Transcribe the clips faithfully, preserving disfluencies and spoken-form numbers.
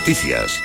Noticias.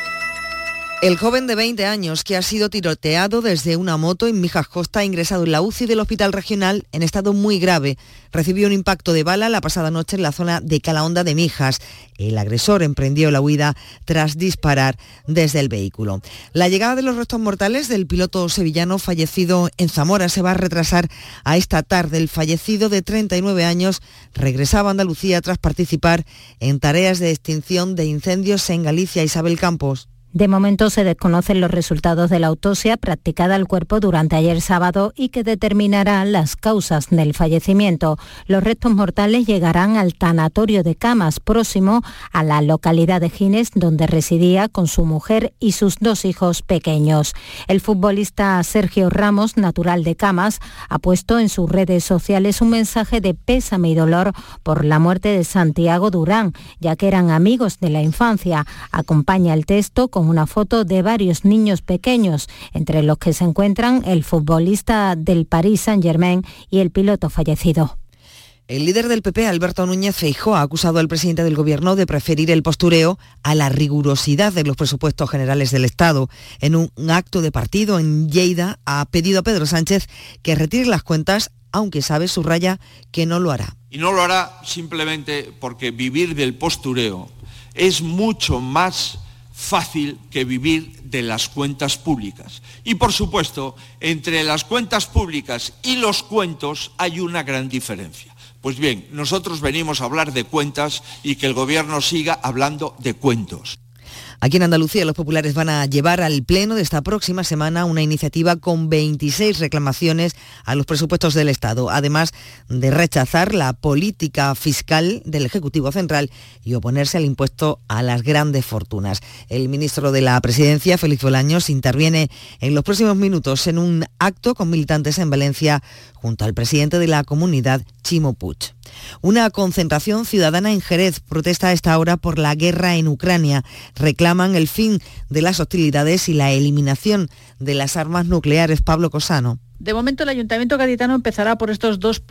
El joven de veinte años que ha sido tiroteado desde una moto en Mijas Costa ha ingresado en la U C I del Hospital Regional en estado muy grave. Recibió un impacto de bala la pasada noche en la zona de Calahonda de Mijas. El agresor emprendió la huida tras disparar desde el vehículo. La llegada de los restos mortales del piloto sevillano fallecido en Zamora se va a retrasar a esta tarde. El fallecido de treinta y nueve años regresaba a Andalucía tras participar en tareas de extinción de incendios en Galicia. Isabel Campos. De momento se desconocen los resultados de la autopsia practicada al cuerpo durante ayer sábado y que determinará las causas del fallecimiento. Los restos mortales llegarán al tanatorio de Camas, próximo a la localidad de Gines, donde residía con su mujer y sus dos hijos pequeños. El futbolista Sergio Ramos, natural de Camas, ha puesto en sus redes sociales un mensaje de pésame y dolor por la muerte de Santiago Durán, ya que eran amigos de la infancia. Acompaña el texto con una foto de varios niños pequeños, entre los que se encuentran el futbolista del Paris Saint-Germain y el piloto fallecido. El líder del P P, Alberto Núñez Feijóo, ha acusado al presidente del Gobierno de preferir el postureo a la rigurosidad de los presupuestos generales del Estado. En un acto de partido en Lleida ha pedido a Pedro Sánchez que retire las cuentas, aunque sabe, subraya, que no lo hará. Y no lo hará simplemente porque vivir del postureo es mucho más fácil que vivir de las cuentas públicas. Y por supuesto, entre las cuentas públicas y los cuentos hay una gran diferencia. Pues bien, nosotros venimos a hablar de cuentas y que el Gobierno siga hablando de cuentos. Aquí en Andalucía los populares van a llevar al Pleno de esta próxima semana una iniciativa con veintiséis reclamaciones a los presupuestos del Estado, además de rechazar la política fiscal del Ejecutivo Central y oponerse al impuesto a las grandes fortunas. El ministro de la Presidencia, Félix Bolaños, interviene en los próximos minutos en un acto con militantes en Valencia junto al presidente de la comunidad, Chimo Puig. Una concentración ciudadana en Jerez protesta a esta hora por la guerra en Ucrania. Reclaman el fin de las hostilidades y la eliminación de las armas nucleares. Pablo Cosano. De momento el Ayuntamiento gaditano empezará por estos dos.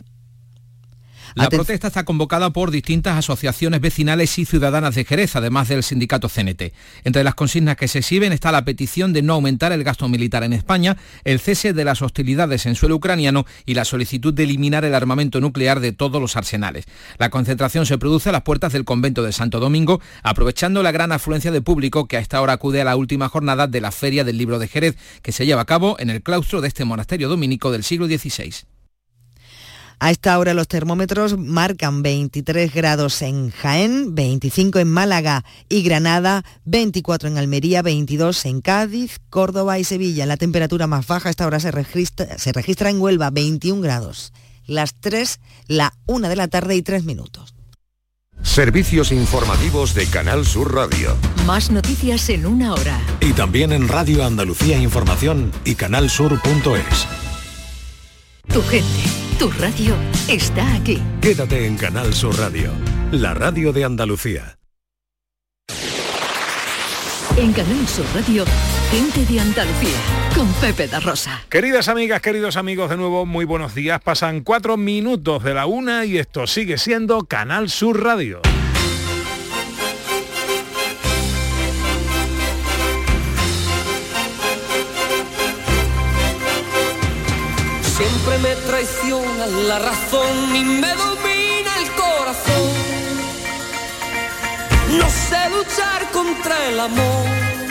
La protesta está convocada por distintas asociaciones vecinales y ciudadanas de Jerez, además del sindicato C N T. Entre las consignas que se exhiben está la petición de no aumentar el gasto militar en España, el cese de las hostilidades en suelo ucraniano y la solicitud de eliminar el armamento nuclear de todos los arsenales. La concentración se produce a las puertas del convento de Santo Domingo, aprovechando la gran afluencia de público que a esta hora acude a la última jornada de la Feria del Libro de Jerez, que se lleva a cabo en el claustro de este monasterio dominico del siglo dieciséis. A esta hora los termómetros marcan veintitrés grados en Jaén, veinticinco en Málaga y Granada, veinticuatro en Almería, veintidós en Cádiz, Córdoba y Sevilla. La temperatura más baja a esta hora se registra, se registra en Huelva, veintiún grados. Las tres, la una de la tarde y tres minutos. Servicios informativos de Canal Sur Radio. Más noticias en una hora. Y también en Radio Andalucía Información y canalsur punto es. Tu gente, tu radio está aquí. Quédate en Canal Sur Radio, la radio de Andalucía. En Canal Sur Radio, gente de Andalucía, con Pepe da Rosa. Queridas amigas, queridos amigos, de nuevo, muy buenos días. Pasan cuatro minutos de la una y esto sigue siendo Canal Sur Radio. Siempre me traiciona la razón y me domina el corazón. No sé luchar contra el amor.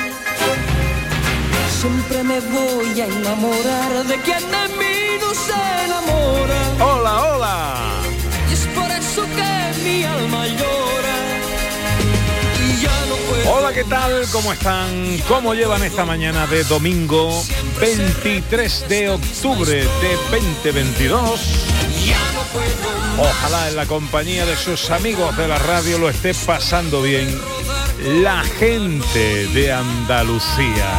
Siempre me voy a enamorar de quien de mí no se enamora. ¡Hola, hola! Y es por eso que mi alma llora. Y ya no puedo. Hola, ¿qué tal? ¿Cómo están? ¿Cómo llevan esta mañana de domingo veintitrés de octubre de veinte veintidós? Ojalá en la compañía de sus amigos de la radio lo esté pasando bien la gente de Andalucía.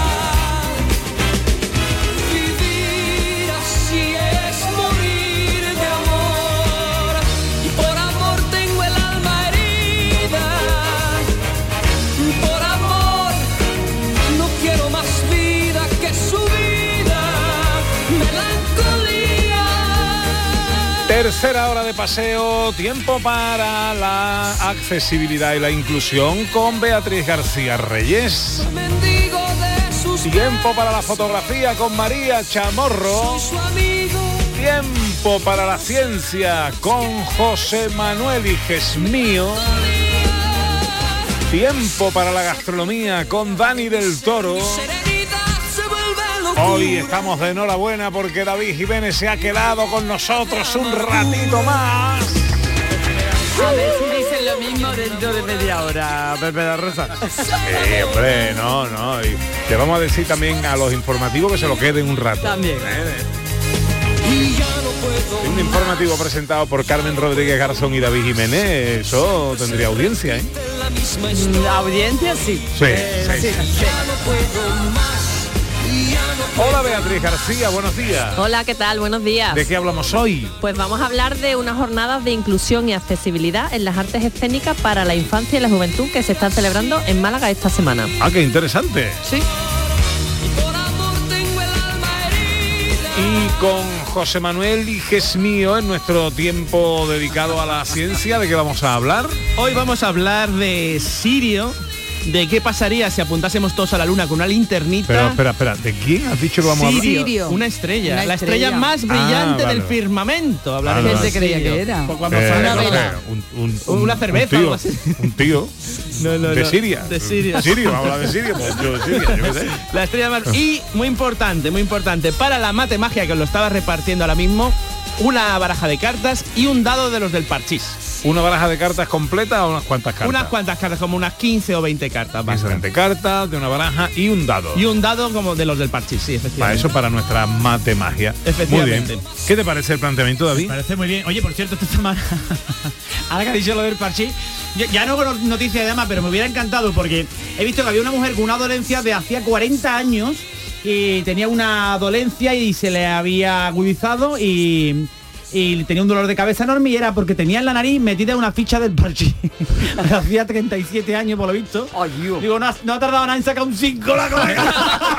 Tercera hora de paseo, tiempo para la accesibilidad y la inclusión con Beatriz García Reyes. Tiempo para la fotografía con María Chamorro. Tiempo para la ciencia con José Manuel Igesmío. Tiempo para la gastronomía con Dani del Toro. Hoy estamos de enhorabuena porque David Jiménez se ha quedado con nosotros un ratito más. A ver si dicen lo mismo dentro de media hora, Pepe da Rosa. Sí, hombre, no, no. Y le vamos a decir también a los informativos que se lo queden un rato. También. Un informativo presentado por Carmen Rodríguez Garzón y David Jiménez, eso tendría audiencia, ¿eh? La audiencia sí. Sí, eh, sí, sí, sí. sí. Hola Beatriz García, buenos días. Hola, ¿qué tal? Buenos días. ¿De qué hablamos hoy? Pues vamos a hablar de unas jornadas de inclusión y accesibilidad en las artes escénicas para la infancia y la juventud que se están celebrando en Málaga esta semana. Ah, qué interesante. Sí. Y con José Manuel Igesmío en nuestro tiempo dedicado a la ciencia, ¿de qué vamos a hablar? Hoy vamos a hablar de Sirio, de qué pasaría si apuntásemos todos a la luna con una linternita. Pero espera, espera, ¿de quién has dicho que vamos a hablar? Sirio, una estrella, Una la estrella, estrella. más brillante Ah, vale. del firmamento. Hablar Vale, de vale. ¿Qué se creía Sirio. que era? Pues cuando Eh, fue una no sé, vela. un, un, un, Una cerveza, un tío, algo así. un tío No, no, de no. Siria. De Siria. Sirio, vamos a hablar de Siria, pues yo de Siria, yo qué sé. La estrella más... Y muy importante, muy importante, para la mate magia que os lo estaba repartiendo ahora mismo, una baraja de cartas y un dado de los del parchís. ¿Una baraja de cartas completa o unas cuantas cartas? Unas cuantas cartas, como unas quince o veinte cartas. basta. veinte cartas, de una baraja y un dado. Y un dado como de los del parchís, sí, Para efectivamente. eso, para nuestra mate magia. Efectivamente. Muy bien. ¿Qué te parece el planteamiento, David? Me parece muy bien. Oye, por cierto, esta semana, ahora que ha dicho lo del parchís, ya, ya no con noticia de dama, pero me hubiera encantado porque he visto que había una mujer con una dolencia de hacía cuarenta años y tenía una dolencia y se le había agudizado y... y tenía un dolor de cabeza enorme y era porque tenía en la nariz metida una ficha del parchís. Hacía treinta y siete años por lo visto. Ay, Dios. Digo, no ha, no ha tardado nada en sacar un cinco la colega.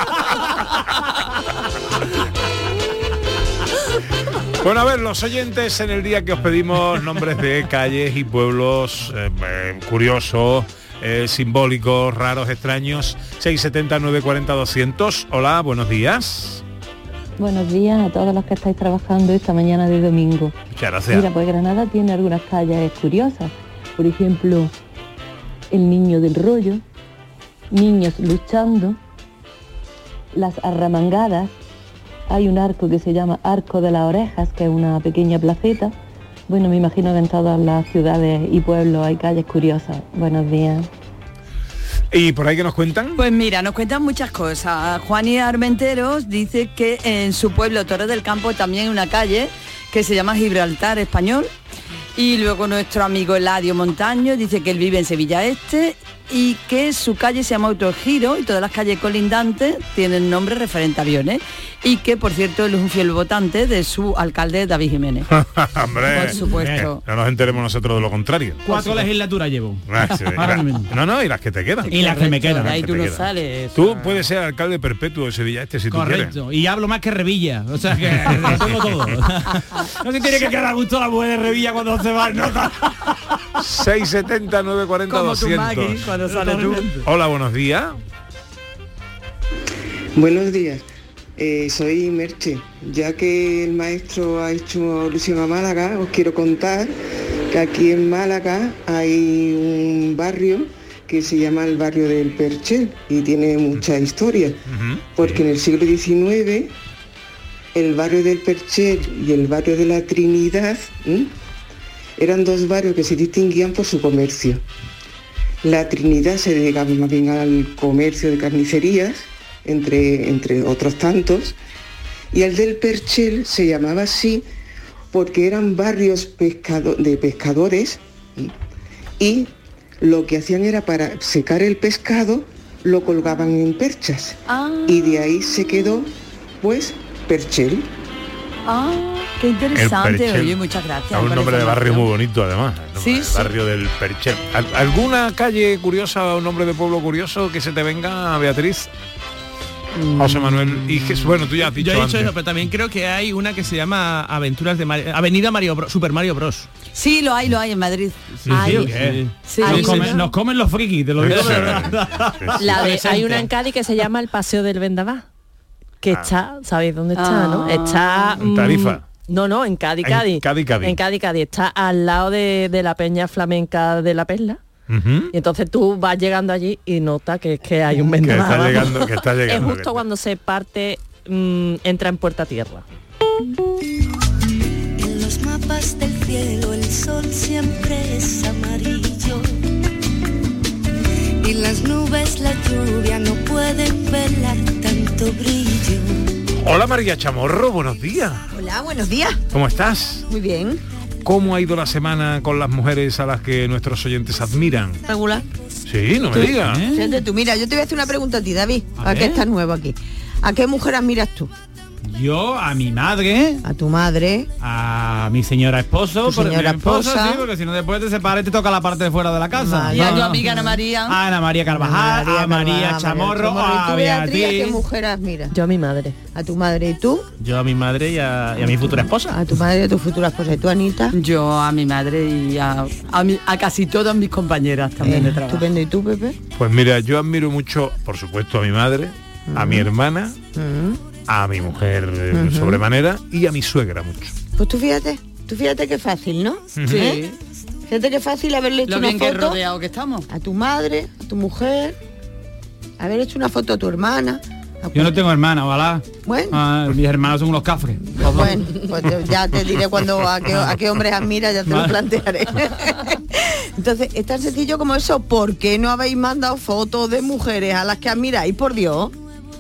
Bueno, a ver, los oyentes en el día que os pedimos nombres de calles y pueblos eh, eh, curiosos, eh, simbólicos, raros, extraños. seis setenta, nueve cuarenta, doscientos. Hola, buenos días. Buenos días a todos los que estáis trabajando esta mañana de domingo. Muchas gracias. Mira, pues Granada tiene algunas calles curiosas. Por ejemplo, el Niño del Rollo, Niños Luchando, Las Arramangadas. Hay un arco que se llama Arco de las Orejas, que es una pequeña placeta. Bueno, me imagino que en todas las ciudades y pueblos hay calles curiosas. Buenos días. ¿Y por ahí qué nos cuentan? Pues mira, nos cuentan muchas cosas. Juan y Armenteros dice que en su pueblo, Torres del Campo, también hay una calle que se llama Gibraltar Español. Y luego nuestro amigo Eladio Montaño dice que él vive en Sevilla Este y que su calle se llama Autogiro y todas las calles colindantes tienen nombre referente a aviones. Y que, por cierto, él es un fiel votante de su alcalde David Jiménez. Hombre, Por supuesto. no nos enteremos nosotros de lo contrario. Cuatro legislaturas llevo. Ah, sí, Ahora y la- mismo. no, no, y las que te quedan. Y las que me quedan. De ahí que tú te no quedan. sales. Tú puedes ser alcalde perpetuo de Sevilla Este si tú quieres. Correcto. Y hablo más que Revilla. O sea que lo tengo todo. No se tiene que quedar a gusto la mujer de Revilla cuando se va. No, seis setenta, nueve cuarenta, Como tu doscientos. Maggie cuando sales tú. Hola, buenos días. Buenos días, eh, soy Merche. Ya que el maestro ha hecho alusión a Málaga, os quiero contar que aquí en Málaga hay un barrio que se llama el barrio del Perchel y tiene mucha historia, porque en el siglo diecinueve el barrio del Perchel y el barrio de la Trinidad ¿m? eran dos barrios que se distinguían por su comercio. La Trinidad se dedicaba más bien al comercio de carnicerías, entre, entre otros tantos, y el del Perchel se llamaba así porque eran barrios pescado, de pescadores ¿m? y lo que hacían era para secar el pescado, lo colgaban en perchas. Ah. Y de ahí se quedó, pues, Perchel. Ah, qué interesante. Perchel. Oye, muchas gracias. Es un por la nombre de barrio información. muy bonito, además. ¿no? Sí, el sí. barrio del Perchel. ¿Al- ¿Alguna calle curiosa o nombre de pueblo curioso que se te venga, Beatriz? José Manuel y Jesús. Bueno, tú ya has dicho Yo he dicho antes. eso, pero también creo que hay una que se llama Aventuras de Mario, Avenida Mario Bros, Super Mario Bros. Sí, lo hay, lo hay en Madrid. Sí, Ay, sí, ¿o qué? sí. Nos, Hay comen, una- nos comen los frikis, te lo digo. de verdad. La de- hay Presente. una en Cádiz que se llama el Paseo del Vendaval, que Ah. está, ¿sabéis dónde está, Ah. no? Está... En Tarifa. mm, no, no, en Cádiz, En Cádiz. Cádiz, Cádiz. En Cádiz, Cádiz. Está al lado de, de la peña flamenca de la Perla. Ujú. Y entonces tú vas llegando allí y notas que es que hay un Que vendaval. está vamos. llegando, que está llegando. Es que justo está- cuando se parte, mm, entra en Puerta Tierra. En los mapas del cielo el sol siempre es amarillo y las nubes, la lluvia no pueden velar tanto brillo. Hola María Chamorro, buenos días. Hola, buenos días. ¿Cómo estás? Muy bien. ¿Cómo ha ido la semana con las mujeres a las que nuestros oyentes admiran? Regular. Sí, no me digas. Fíjate tú, mira, yo te voy a hacer una pregunta a ti, David. A ¿A qué ver. estás nuevo aquí? ¿A qué mujer admiras tú? Yo a mi madre, A tu madre. a mi señora esposo, Tu por- señora mi esposa, esposa. sí, porque si no después te separas y te toca la parte de fuera de la casa. Vale. Y a No, tu no. amiga Ana María. A Ana María Carvajal, a María Carvajal, Chamorro, María a ¿Y tú, Beatriz, a qué Beatriz. mujer admiras? Yo a mi madre. A tu madre y tú, Yo a mi madre y a, y a mi futura esposa. a tu madre y a tu futura esposa. ¿Y tú, Anita? Yo a mi madre y a, a, mi- a casi todas mis compañeras también de Eh, trabajo. estupendo. ¿Y tú, Pepe? Pues mira, yo admiro mucho, por supuesto, a mi madre, a mi hermana, Mm. a mi mujer eh, Ujú. sobremanera y a mi suegra mucho. Pues tú fíjate, tú fíjate qué fácil, ¿no? Sí. ¿Eh? Fíjate qué fácil haberle hecho Lo una bien que foto rodeado que estamos. a tu madre, a tu mujer, haber hecho una foto a tu hermana. a- Yo no tengo hermana, ojalá. Bueno. Ah, mis hermanos son unos cafres. Pues bueno, pues te- ya te diré cuando a qué, a qué hombres admiras, ya te lo Vale. plantearé. Entonces, es tan sencillo como eso. ¿Por qué no habéis mandado fotos de mujeres a las que admiráis, por Dios?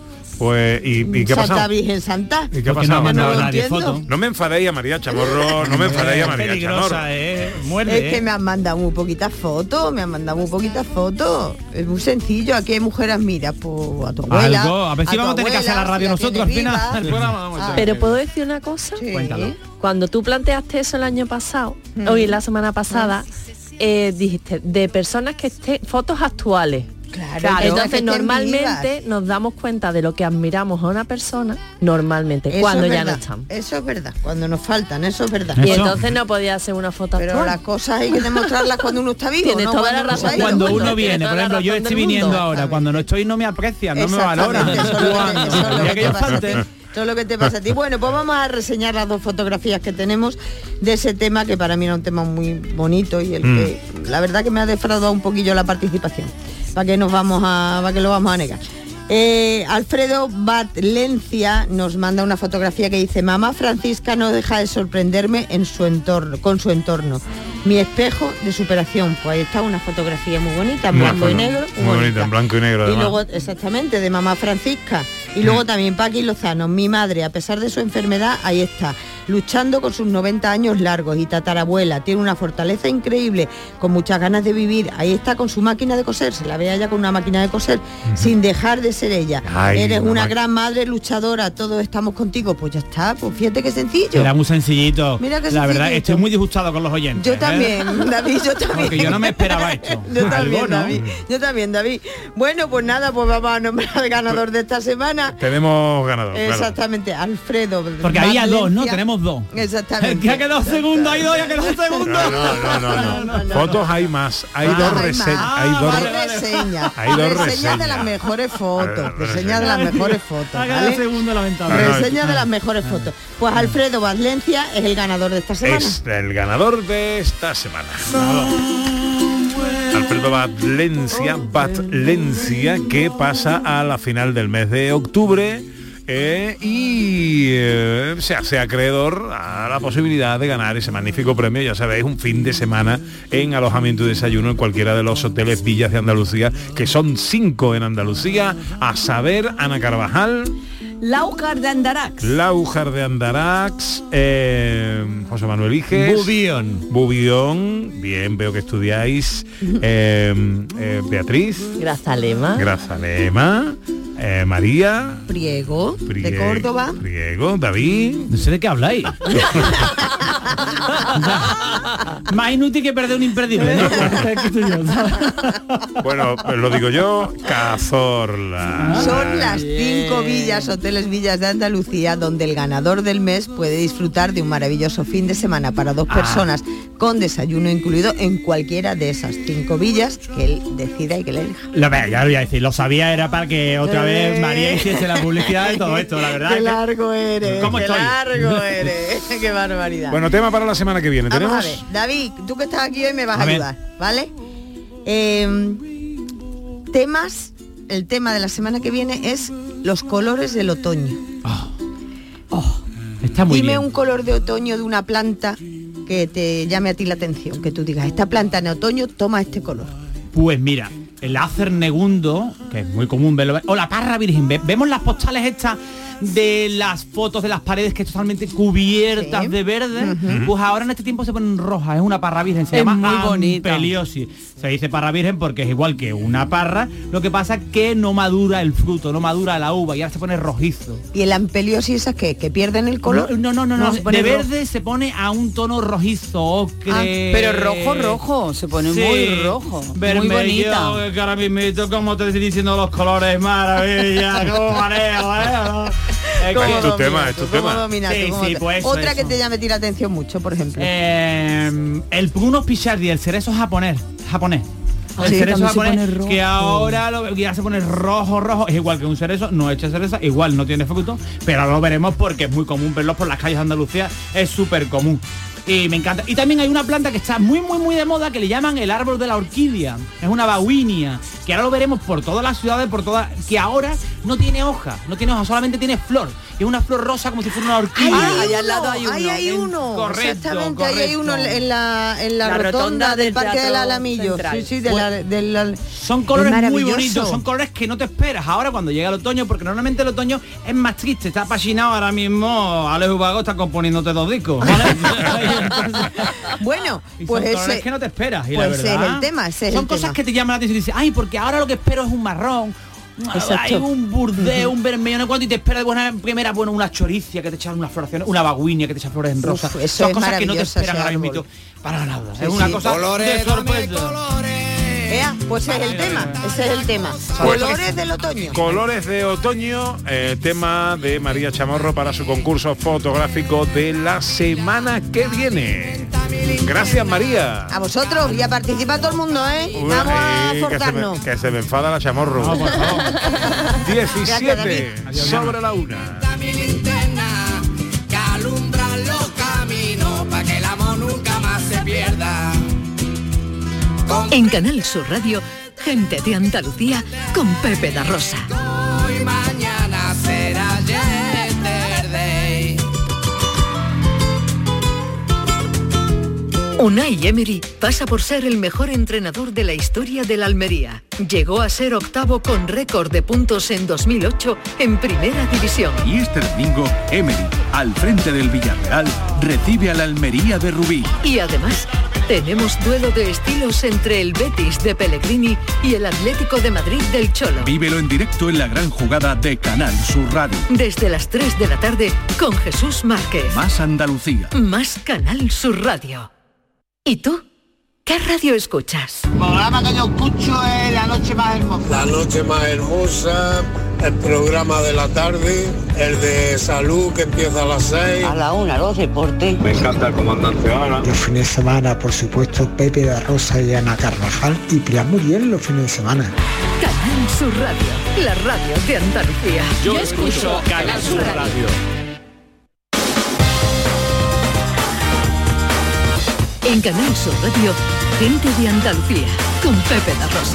Pues, ¿y, y qué ha Santa pasado? Virgen Santa. ¿Y qué ha Porque no ha pasado? mandado No lo nadie entiendo. foto. No me enfadéis a María Chamorro, no me enfadéis a María Peligrosa, Chamorro. eh. Muerde, Es que eh. me han mandado muy poquitas fotos, me han mandado muy poquitas fotos. Es muy sencillo. ¿A qué mujer admiras? Pues a tu abuela. Algo, a ver si tu vamos a tener que hacer la abuela, radio si la nosotros al tienes final. viva. del programa, vamos a Ah, hacer. Pero ¿puedo decir una cosa? Sí. Cuéntalo. Cuando tú planteaste eso el año pasado, Mm. hoy la semana pasada, eh, dijiste, de personas que estén, fotos actuales. Claro, Claro. que Entonces estén normalmente vivas. nos damos cuenta de lo que admiramos a una persona, normalmente, Eso cuando es ya no verdad, están. Eso es verdad, cuando nos faltan, eso es verdad. Y Eso. entonces no podía hacer una foto Pero actual. las cosas hay que demostrarlas cuando uno está vivo. Tienes ¿no? toda Cuando la uno razón se ha ido. Cuando Bueno, uno tiene viene, toda por la ejemplo, yo razón estoy del viniendo mundo. ahora, cuando no estoy no me aprecian, no me valoran. Exactamente, eso es lo que te- Cuando eso es lo el día que que te yo pasa a falte. ti. Todo lo que te pasa a ti. Bueno, pues vamos a reseñar las dos fotografías que tenemos de ese tema, que para mí era un tema muy bonito y el Mm. que la verdad que me ha defraudado un poquillo la participación. ¿Para qué nos vamos a, para qué lo vamos a negar? Eh, Alfredo Batlencia nos manda una fotografía que dice: mamá Francisca no deja de sorprenderme en su entorno, con su entorno. Mi espejo de superación. Pues ahí está una fotografía muy bonita, en Muy blanco y bueno, negro. muy bonita, en blanco y negro, Y además. luego, exactamente, de mamá Francisca. Y luego también Paqui Lozano, mi madre, a pesar de su enfermedad, ahí está, luchando con sus noventa años largos, y tatarabuela, tiene una fortaleza increíble, con muchas ganas de vivir, ahí está con su máquina de coser, se la ve allá con una máquina de coser, sin dejar de ser ella. Ay, Eres una una ma- gran madre luchadora, todos estamos contigo, pues ya está, pues fíjate qué sencillo. Era muy sencillito. Mira qué La verdad, sencillito. estoy muy disgustado con los oyentes. Yo ¿eh? también, David, yo también. Porque yo no me esperaba esto. Yo también, Algo, ¿no? David. Yo también, David. Bueno, pues nada, pues vamos a nombrar al ganador de esta semana. Tenemos ganador, claro. Exactamente, Alfredo. Porque había dos, ¿no? Valencia. Tenemos dos. Exactamente. Ya ha quedado segundo, hay dos, ya ha quedado segundo. No, no, no, no, no. Fotos hay más, hay Ah, dos hay reseñas, más. hay dos Hay re- reseñas. Hay dos reseñas de reseñas. las mejores fotos. Reseñas. Reseñas de las mejores fotos. Ha quedado ¿vale? segundo, lamentable. No, no, Reseñas de las mejores fotos. Pues Alfredo Valencia es el ganador de esta semana. Es el ganador de esta semana. Alfredo Batlencia, Batlencia, que pasa a la final del mes de octubre eh, y eh, se hace acreedor a la posibilidad de ganar ese magnífico premio. Ya sabéis, un fin de semana en alojamiento y desayuno en cualquiera de los hoteles Villas de Andalucía, que son cinco en Andalucía, a saber, Ana Carvajal, Laucar de Andarax. Laujar de Andarax, eh, José Manuel Iges, Bubión. Bubión, bien, veo que estudiáis, eh, eh, Beatriz, Grazalema. Grazalema, eh, María, Priego, Priego, de Córdoba. Priego, David. No sé de qué habláis. Más inútil que perder un imperdible, ¿no? Bueno, pues lo digo yo, Cazorla. Son las cinco villas, hoteles villas de Andalucía, donde el ganador del mes puede disfrutar de un maravilloso fin de semana para dos personas, ah. con desayuno incluido en cualquiera de esas cinco villas que él decida y que le elija. Lo, ya lo voy a decir, lo sabía, era para que otra vez María hiciese la publicidad de todo esto, la verdad. Qué largo eres, ¿Cómo qué estoy? largo eres, qué barbaridad. Bueno, tema para la semana que viene. Vamos ¿Tenemos? a ver, David, tú que estás aquí hoy me vas a, a ayudar, ¿vale? Eh, temas, el tema de la semana que viene es los colores del otoño. Oh. Oh, está muy Dime bien. un color de otoño de una planta que te llame a ti la atención, que tú digas, esta planta en otoño toma este color. Pues mira, el acernegundo, que es muy común verlo, o la parra virgen, vemos las postales estas de las fotos de las paredes que es totalmente cubiertas sí. de verde, uh-huh. pues ahora en este tiempo se ponen rojas, es una parra virgen, se es llama muy bonita. Ampeliosis. Se dice parra virgen porque es igual que una parra, lo que pasa es que no madura el fruto, no madura la uva y ahora se pone rojizo. ¿Y el ampeliosis es qué? ¿Que pierden el color? No, no, no, no, no de rojo. verde se pone a un tono rojizo, ocre. Ah, pero rojo, rojo, se pone sí. muy rojo, Vermelho, muy bonita. Que ahora mismo, como te estoy diciendo los colores, maravilla, cómo mareo, ¿eh? Es tu tema, es tu tema. Sí, sí, pues Otra eso. que te llame ti la atención mucho, por ejemplo. Eh, el Prunus pichardi, el cerezo japonés, japonés. El sí, cerezo japonés, se que ahora lo, ya se pone rojo, rojo, es igual que un cerezo, no echa cereza, igual no tiene fruto, pero ahora lo veremos porque es muy común verlos por las calles de Andalucía, es súper común. Y me encanta. Y también hay una planta que está muy, muy, muy de moda que le llaman el árbol de la orquídea. Es una baguinia, que ahora lo veremos por todas las ciudades, por todas, que ahora no tiene hoja, no tiene hoja, solamente tiene flor. Es una flor rosa como si fuera una orquídea. Ah, allá al lado hay uno. Ahí hay uno. Correcto, exactamente, correcto. ahí hay uno en la, en la, la rotonda, rotonda del, del Parque del Teatro Alamillo. Central. Sí, sí, de la, de la, son colores muy bonitos, son colores que no te esperas ahora cuando llega el otoño, porque normalmente el otoño es más triste, está apasionado ahora mismo. Alex Ubago está componiéndote dos discos, ¿vale? Entonces, bueno, y pues son colores ese que no te esperas. Y pues la verdad, ese es el tema, ese es son el cosas tema. que te llaman la atención y dices, ay, porque ahora lo que espero es un marrón. Exacto. Hay un burdeo, uh-huh. un vermelho, no cuánto, y te esperas buena primera, bueno, una choricia que te echa una floración, una baguinia que te echa flores en rosa. Uf, eso son es cosas que no te esperan ahora árbol. mismo para nada. Sí, es una sí. cosa Colores, de sorpresa. Ea, pues ese es el tema, ese es el tema. Colores del otoño. Colores de otoño, eh, tema de María Chamorro para su concurso fotográfico de la semana que viene. Gracias, María. A vosotros y a participar todo el mundo, ¿eh? Uy, Vamos a que, forzarnos. se me, que se me enfada la Chamorro. No, por favor. diecisiete sobre la una. Mi linterna que alumbra los caminos para que el amor nunca más se pierda. En Canal Sur Radio, gente de Andalucía con Pepe da Rosa. Hoy mañana será yesterday. Unai Emery pasa por ser el mejor entrenador de la historia de la Almería. Llegó a ser octavo con récord de puntos en dos mil ocho en Primera División. Y este domingo, Emery, al frente del Villarreal, recibe a la Almería de Rubí. Y además, tenemos duelo de estilos entre el Betis de Pellegrini y el Atlético de Madrid del Cholo. Vívelo en directo en la gran jugada de Canal Sur Radio. Desde las tres de la tarde con Jesús Márquez. Más Andalucía. Más Canal Sur Radio. ¿Y tú? ¿Qué radio escuchas? El programa que yo escucho es La Noche Más Hermosa. La Noche Más Hermosa, el programa de la tarde, el de salud que empieza a las seis. A la una, los deportes. Me encanta el comandante Ana. Los fines de semana, por supuesto, Pepe da Rosa y Ana Carvajal y Pilar Muriel los fines de semana. Canal Sur Radio, la radio de Andalucía. Yo, Yo escucho Canal Sur Radio. En Canal Sur Radio, gente de Andalucía, con Pepe da Rosa.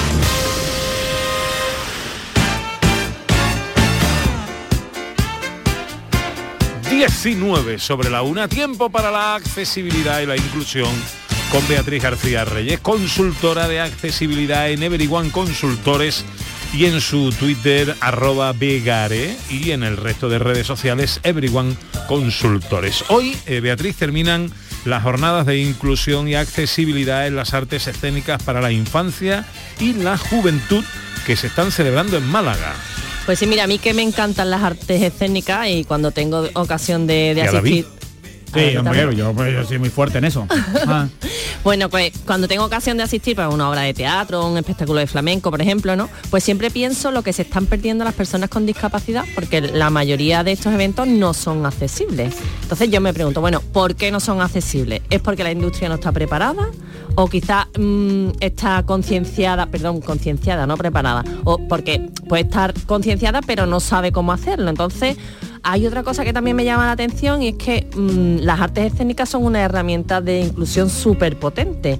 diecinueve sobre la una, tiempo para la accesibilidad y la inclusión con Beatriz García Reyes, consultora de accesibilidad en Everyone Consultores y en su Twitter arroba Begare y en el resto de redes sociales Everyone Consultores. Hoy, eh, Beatriz, terminan las jornadas de inclusión y accesibilidad en las artes escénicas para la infancia y la juventud que se están celebrando en Málaga. Pues sí, mira, a mí que me encantan las artes escénicas y cuando tengo ocasión de, de asistir... Sí, hombre, yo, pues, yo soy muy fuerte en eso. Ah. Bueno, pues cuando tengo ocasión de asistir a una obra de teatro, un espectáculo de flamenco, por ejemplo, ¿no? Pues siempre pienso lo que se están perdiendo las personas con discapacidad, porque la mayoría de estos eventos no son accesibles. Entonces yo me pregunto, bueno, ¿por qué no son accesibles? ¿Es porque la industria no está preparada? ¿O quizá mmm, está concienciada, perdón, concienciada, no preparada? O porque puede estar concienciada pero no sabe cómo hacerlo. Entonces, hay otra cosa que también me llama la atención y es que mmm, las artes escénicas son una herramienta de inclusión súper potente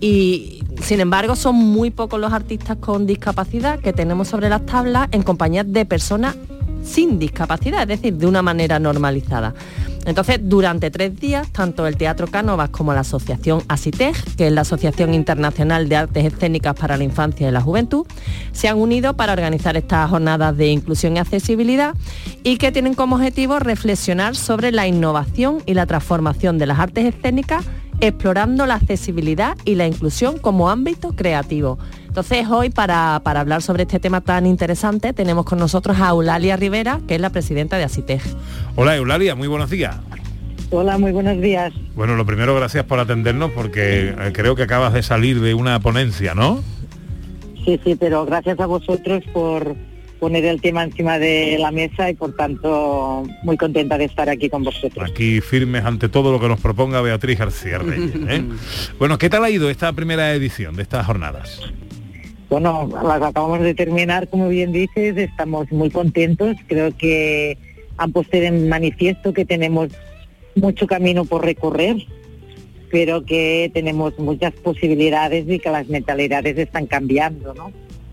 y sin embargo son muy pocos los artistas con discapacidad que tenemos sobre las tablas en compañía de personas sin discapacidad, es decir, de una manera normalizada. Entonces, durante tres días, tanto el Teatro Cánovas como la asociación ASITEG, que es la Asociación Internacional de Artes Escénicas para la Infancia y la Juventud, se han unido para organizar estas jornadas de inclusión y accesibilidad y que tienen como objetivo reflexionar sobre la innovación y la transformación de las artes escénicas, explorando la accesibilidad y la inclusión como ámbito creativo. Entonces, hoy, para, para hablar sobre este tema tan interesante, tenemos con nosotros a Eulalia Rivera, que es la presidenta de ASITEG. Hola, Eulalia, muy buenos días. Hola, muy buenos días. Bueno, lo primero, gracias por atendernos, porque eh, creo que acabas de salir de una ponencia, ¿no? Sí, sí, pero gracias a vosotros por poner el tema encima de la mesa y, por tanto, muy contenta de estar aquí con vosotros. Aquí firmes ante todo lo que nos proponga Beatriz García Reyes, ¿eh? Bueno, ¿qué tal ha ido esta primera edición de estas jornadas? Bueno, las acabamos de terminar, como bien dices, estamos muy contentos. Creo que han puesto en manifiesto que tenemos mucho camino por recorrer, pero que tenemos muchas posibilidades y que las mentalidades están cambiando, ¿no?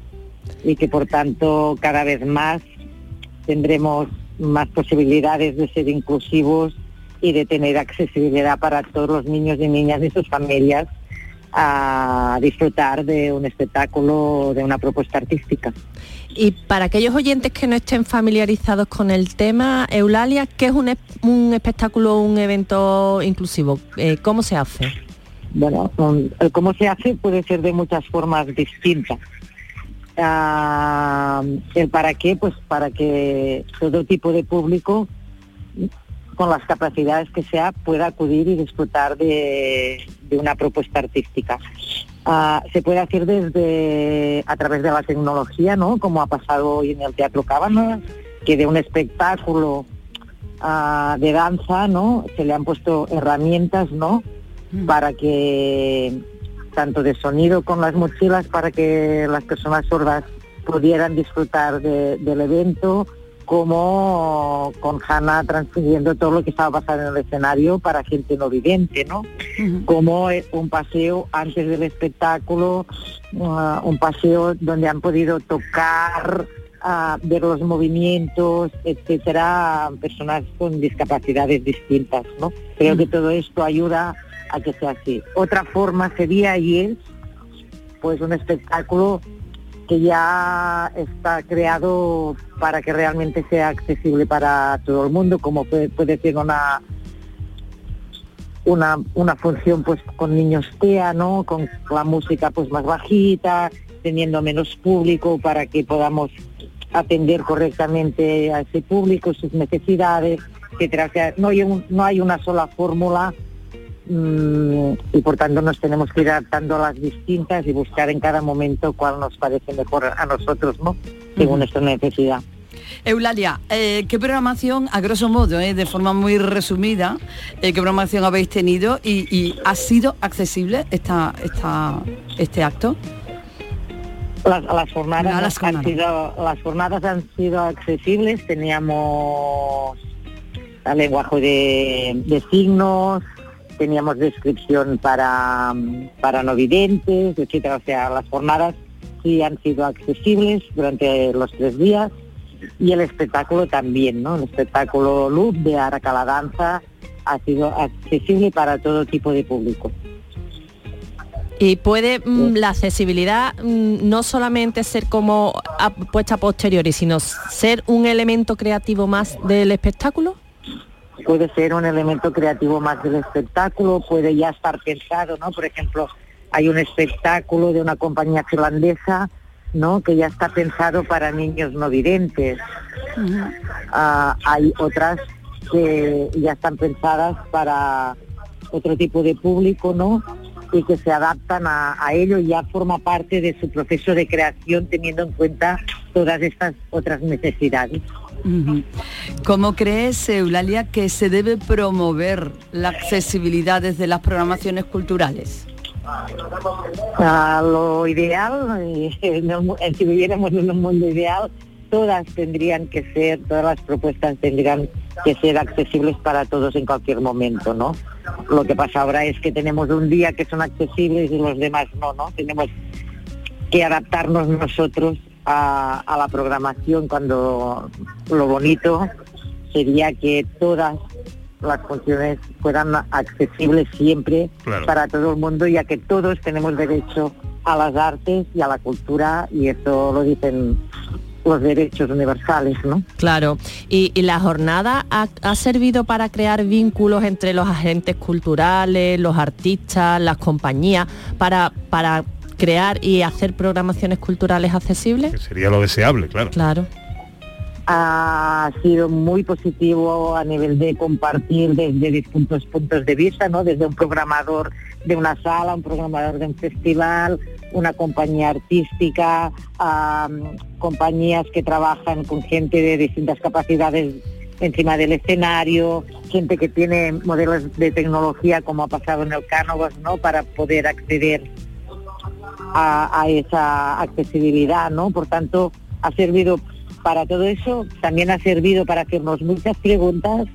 Y que por tanto cada vez más tendremos más posibilidades de ser inclusivos y de tener accesibilidad para todos los niños y niñas y sus familias a disfrutar de un espectáculo, de una propuesta artística. Y para aquellos oyentes que no estén familiarizados con el tema, Eulalia, ¿qué es un, un espectáculo, un evento inclusivo? Eh, ¿Cómo se hace? Bueno, el cómo se hace puede ser de muchas formas distintas. Uh, el para qué, pues para que todo tipo de público con las capacidades que sea pueda acudir y disfrutar de, de una propuesta artística. Uh, se puede hacer desde a través de la tecnología, ¿no? Como ha pasado hoy en el Teatro Cánovas, que de un espectáculo uh, de danza, ¿no? Se le han puesto herramientas, ¿no? Mm. Para que tanto de sonido con las mochilas para que las personas sordas pudieran disfrutar de, del evento, como con Hanna transmitiendo todo lo que estaba pasando en el escenario para gente no vidente, ¿no? Uh-huh. Como un paseo antes del espectáculo, uh, un paseo donde han podido tocar, uh, ver los movimientos, etcétera, personas con discapacidades distintas, ¿no? Creo uh-huh. que todo esto ayuda a que sea así. Otra forma sería y es pues un espectáculo que ya está creado para que realmente sea accesible para todo el mundo, como puede, puede ser una una una función pues con niños T E A, ¿no? Con la música pues más bajita, teniendo menos público para que podamos atender correctamente a ese público, sus necesidades, etcétera. O sea, no hay un, no hay una sola fórmula. Mm, y por tanto nos tenemos que ir adaptando a las distintas y buscar en cada momento cuál nos parece mejor a nosotros, ¿no? Según uh-huh. nuestra necesidad. Eulalia, eh, ¿qué programación, a grosso modo, eh, de forma muy resumida, eh, qué programación habéis tenido y, y ha sido accesible esta, esta, este acto? Las, las, jornadas no, las, han sido, las jornadas han sido accesibles, teníamos el lenguaje de, de signos, teníamos descripción para, para no videntes, etcétera. O sea, las jornadas sí han sido accesibles durante los tres días y el espectáculo también, ¿no? El espectáculo Loop de Araca la Danza ha sido accesible para todo tipo de público. Y puede mm, la accesibilidad mm, no solamente ser como a, puesta a posteriori, sino ser un elemento creativo más del espectáculo. Puede ser un elemento creativo más del espectáculo, puede ya estar pensado, ¿no? Por ejemplo, hay un espectáculo de una compañía finlandesa, ¿no? Que ya está pensado para niños no videntes. Uh-huh. Uh, hay otras que ya están pensadas para otro tipo de público, ¿no? Y que se adaptan a, a ello y ya forma parte de su proceso de creación teniendo en cuenta todas estas otras necesidades. Uh-huh. ¿Cómo crees, Eulalia, que se debe promover la accesibilidad desde las programaciones culturales? A lo ideal, eh, si viviéramos en un mundo ideal, todas tendrían que ser, todas las propuestas tendrían que ser accesibles para todos en cualquier momento, ¿no? Lo que pasa ahora es que tenemos un día que son accesibles y los demás no, ¿no? Tenemos que adaptarnos nosotros a, a la programación, cuando lo bonito sería que todas las funciones fueran accesibles siempre, claro, para todo el mundo, ya que todos tenemos derecho a las artes y a la cultura, y eso lo dicen los derechos universales, ¿no? Claro. ¿Y, y la jornada ha, ha servido para crear vínculos entre los agentes culturales, los artistas, las compañías, para, para crear y hacer programaciones culturales accesibles? Que sería lo deseable, claro. Claro. Ha sido muy positivo a nivel de compartir desde distintos puntos de vista, ¿no? Desde un programador de una sala, un programador de un festival, una compañía artística, um, compañías que trabajan con gente de distintas capacidades encima del escenario, gente que tiene modelos de tecnología, como ha pasado en el Cánovas, ¿no? Para poder acceder a, a esa accesibilidad, ¿no? Por tanto, ha servido para todo eso, también ha servido para hacernos muchas preguntas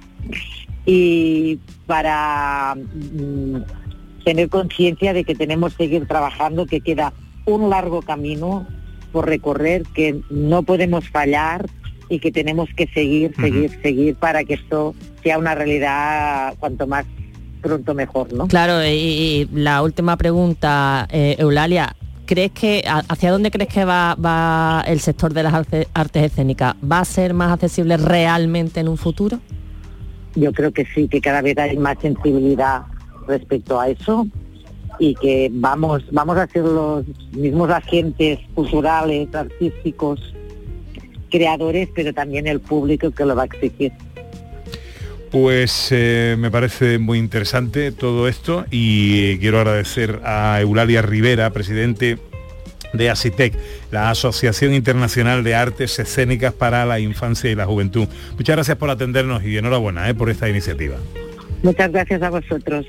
y para mm, tener conciencia de que tenemos que seguir trabajando, que queda un largo camino por recorrer, que no podemos fallar y que tenemos que seguir, seguir, uh-huh. seguir para que esto sea una realidad cuanto más pronto mejor, ¿no? Claro, y, y la última pregunta, eh, Eulalia, ¿crees que, hacia dónde crees que va, va el sector de las artes, artes escénicas? ¿Va a ser más accesible realmente en un futuro? Yo creo que sí, que cada vez hay más sensibilidad respecto a eso y que vamos, vamos a ser los mismos agentes culturales, artísticos, creadores, pero también el público que lo va a exigir. Pues eh, me parece muy interesante todo esto y quiero agradecer a Eulalia Rivera, presidente de ASITEC, la Asociación Internacional de Artes Escénicas para la Infancia y la Juventud. Muchas gracias por atendernos y enhorabuena eh, por esta iniciativa. Muchas gracias a vosotros.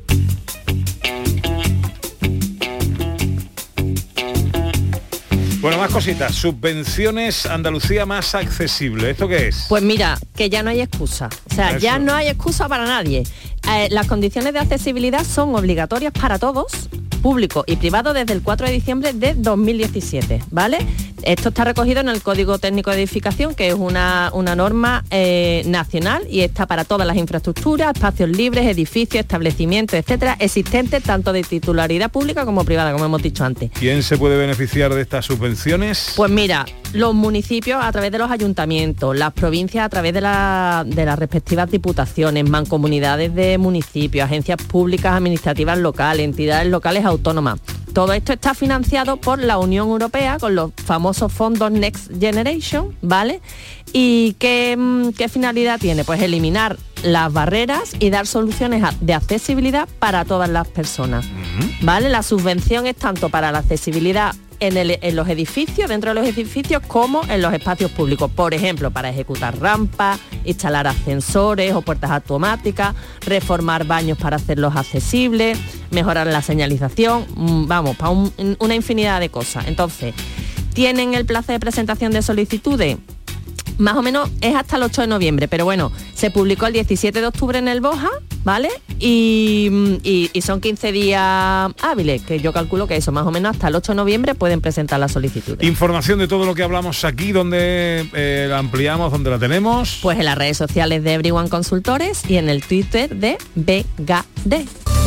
Bueno, más cositas. Subvenciones Andalucía más accesible. ¿Esto qué es? Pues mira, que ya no hay excusa. O sea, Eso. ya no hay excusa para nadie. Eh, las condiciones de accesibilidad son obligatorias para todos, público y privado, desde el cuatro de diciembre de dos mil diecisiete, ¿vale? Esto está recogido en el Código Técnico de Edificación, que es una, una norma eh, nacional y está para todas las infraestructuras, espacios libres, edificios, establecimientos, etcétera, existentes tanto de titularidad pública como privada, como hemos dicho antes. ¿Quién se puede beneficiar de estas subvenciones? Pues mira, los municipios a través de los ayuntamientos, las provincias a través de, la, de las respectivas diputaciones, mancomunidades de municipios, agencias públicas administrativas locales, entidades locales autónomas. Todo esto está financiado por la Unión Europea con los famosos fondos Next Generation, ¿vale? ¿Y qué, qué finalidad tiene? Pues eliminar las barreras y dar soluciones de accesibilidad para todas las personas, ¿vale? La subvención es tanto para la accesibilidad En, el, en los edificios, dentro de los edificios, como en los espacios públicos. Por ejemplo, para ejecutar rampas, instalar ascensores o puertas automáticas, reformar baños para hacerlos accesibles, mejorar la señalización, vamos, para un, una infinidad de cosas. Entonces, ¿tienen el plazo de presentación de solicitudes? Más o menos es hasta el ocho de noviembre, pero bueno, se publicó el diecisiete de octubre en el BOJA, ¿vale? Y, y, y son quince días hábiles, que yo calculo que eso, más o menos hasta el ocho de noviembre pueden presentar la solicitud. Información de todo lo que hablamos aquí, ¿dónde eh, la ampliamos, dónde la tenemos? Pues en las redes sociales de Everyone Consultores y en el Twitter de B G D.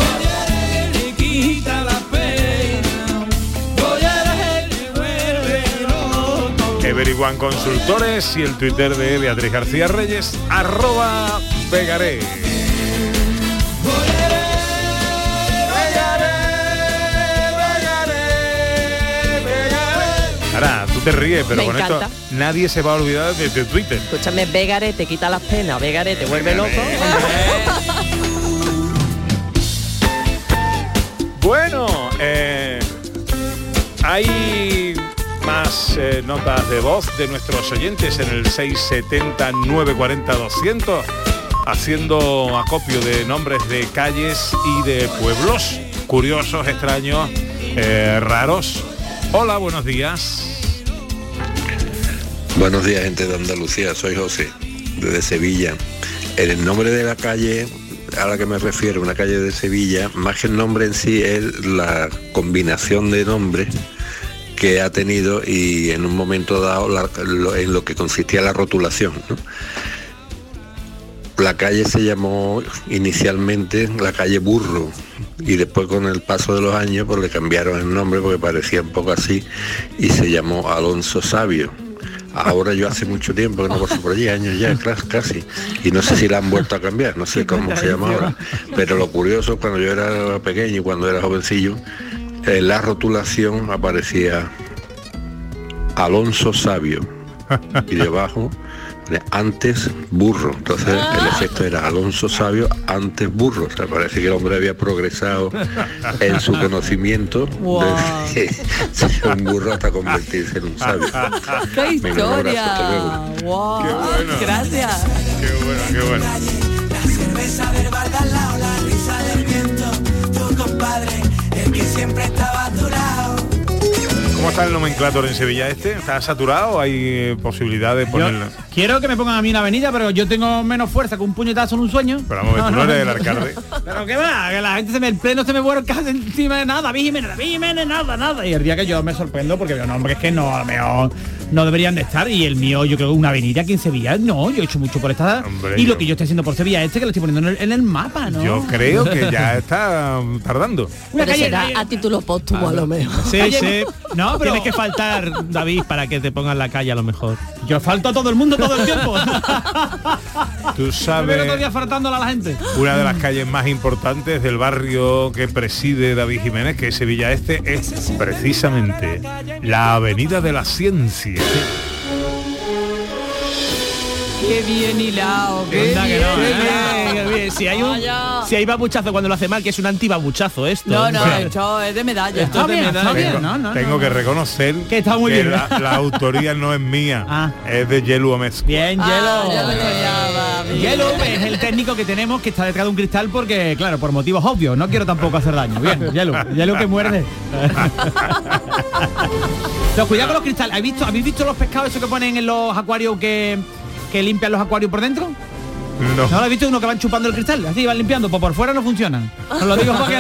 Everyone Consultores y el Twitter de Beatriz García Reyes, arroba Vegaré. Ahora, tú te ríes, pero Me con encanta. esto nadie se va a olvidar de, de Twitter. Escúchame, Vegare te quita las penas, Vegare te vuelve loco. Bueno, eh, hay más eh, notas de voz de nuestros oyentes en el seis setenta, nueve cuarenta, doscientos, haciendo acopio de nombres de calles y de pueblos curiosos, extraños, eh, raros. Hola, buenos días. Buenos días, gente de Andalucía, soy José, desde Sevilla. En el nombre de la calle a la que me refiero, una calle de Sevilla, más que el nombre en sí, es la combinación de nombres que ha tenido y en un momento dado la, lo, en lo que consistía la rotulación, ¿no? La calle se llamó inicialmente la calle Burro y después con el paso de los años pues le cambiaron el nombre porque parecía un poco así y se llamó Alonso Sabio. Ahora yo hace mucho tiempo que no paso por allí, años ya, casi, y no sé si la han vuelto a cambiar, no sé cómo se llama ahora, pero lo curioso, cuando yo era pequeño y cuando era jovencillo, en la rotulación aparecía Alonso Sabio y debajo antes Burro, entonces el efecto era Alonso Sabio antes Burro, o sea, parece que el hombre había progresado en su conocimiento, wow, desde ser un burro hasta convertirse en un sabio. ¡Qué historia! Abrazo, wow, qué bueno. Gracias. Qué bueno, qué bueno. La cerveza del bar de al lado, la risa del viento, tu compadre, el que siempre estaba a tu lado. ¿Cómo está el nomenclator en Sevilla este? ¿Está saturado? ¿Hay eh, posibilidad de ponerlo? Quiero que me pongan a mí una avenida, pero yo tengo menos fuerza que un puñetazo en un sueño. Pero vamos, no, tú no, no eres el alcalde. Pero qué va, que la gente se me, el pleno se me vuelca encima de nada, David Jiménez, David Jiménez, nada, nada. Y el día que yo me sorprendo porque veo nombres que no, a lo mejor no deberían de estar. Y el mío, yo creo que una avenida aquí en Sevilla, no, yo he hecho mucho por esta. Hombre, y yo... lo que yo estoy haciendo por Sevilla este, que lo estoy poniendo en el, en el mapa, ¿no? Yo creo que ya está tardando. Una calle será a título póstumo, a lo mejor. Sí, sí. No, pero tienes que faltar, David, para que te pongan la calle a lo mejor. Yo falto a todo el mundo todo el tiempo. Tú sabes, todo el día faltándola a la gente. Una de las calles más importantes del barrio que preside David Jiménez, que es Sevilla Este, es precisamente la Avenida de la Ciencia. Qué bien hilado, qué Anda, que bien, no, qué ¿eh? bien. Qué bien. Si hay un, si hay babuchazo cuando lo hace mal, que es un antibabuchazo esto. No, no, Bueno, esto es de medalla. Esto es de bien, medalla. está bien, Tengo, no, no, tengo no, que no. reconocer Que está muy bien. la, la autoría no es mía, Ah. es de Yelu Amezcua. Bien, Ah, Hielo. ya me soñaba, bien. Hielo es el técnico que tenemos que está detrás de un cristal porque, claro, por motivos obvios, no quiero tampoco hacer daño. Bien, Hielo, Hielo que muerde. Pero cuidado con los cristales. ¿Habéis visto, ¿Habéis visto los pescados esos que ponen en los acuarios que, que limpian los acuarios por dentro? No. ¿No lo habéis visto? Uno que van chupando el cristal, así van limpiando, pues por fuera no funcionan. Os lo digo porque...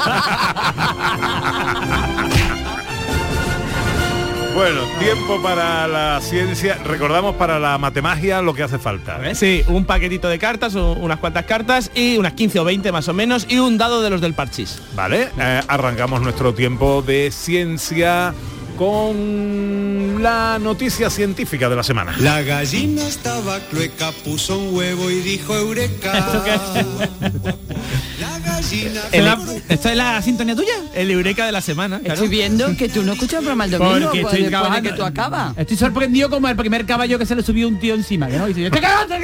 Bueno, tiempo para la ciencia. Recordamos para la matemagia lo que hace falta. Sí, un paquetito de cartas, u- unas cuantas cartas y unas quince o veinte más o menos y un dado de los del parchís. Vale, eh, arrancamos nuestro tiempo de ciencia con la noticia científica de la semana. La gallina estaba clueca, puso un huevo y dijo eureka. La gallina... ¿El, ¿Esto es la sintonía tuya? El eureka de la semana, claro. Estoy viendo que tú no escuchas el programa el domingo, Porque pues, estoy después de trabajando. que tú acabas. Estoy sorprendido como el primer caballo que se le subió un tío encima, que no dice, ¡te cagaste,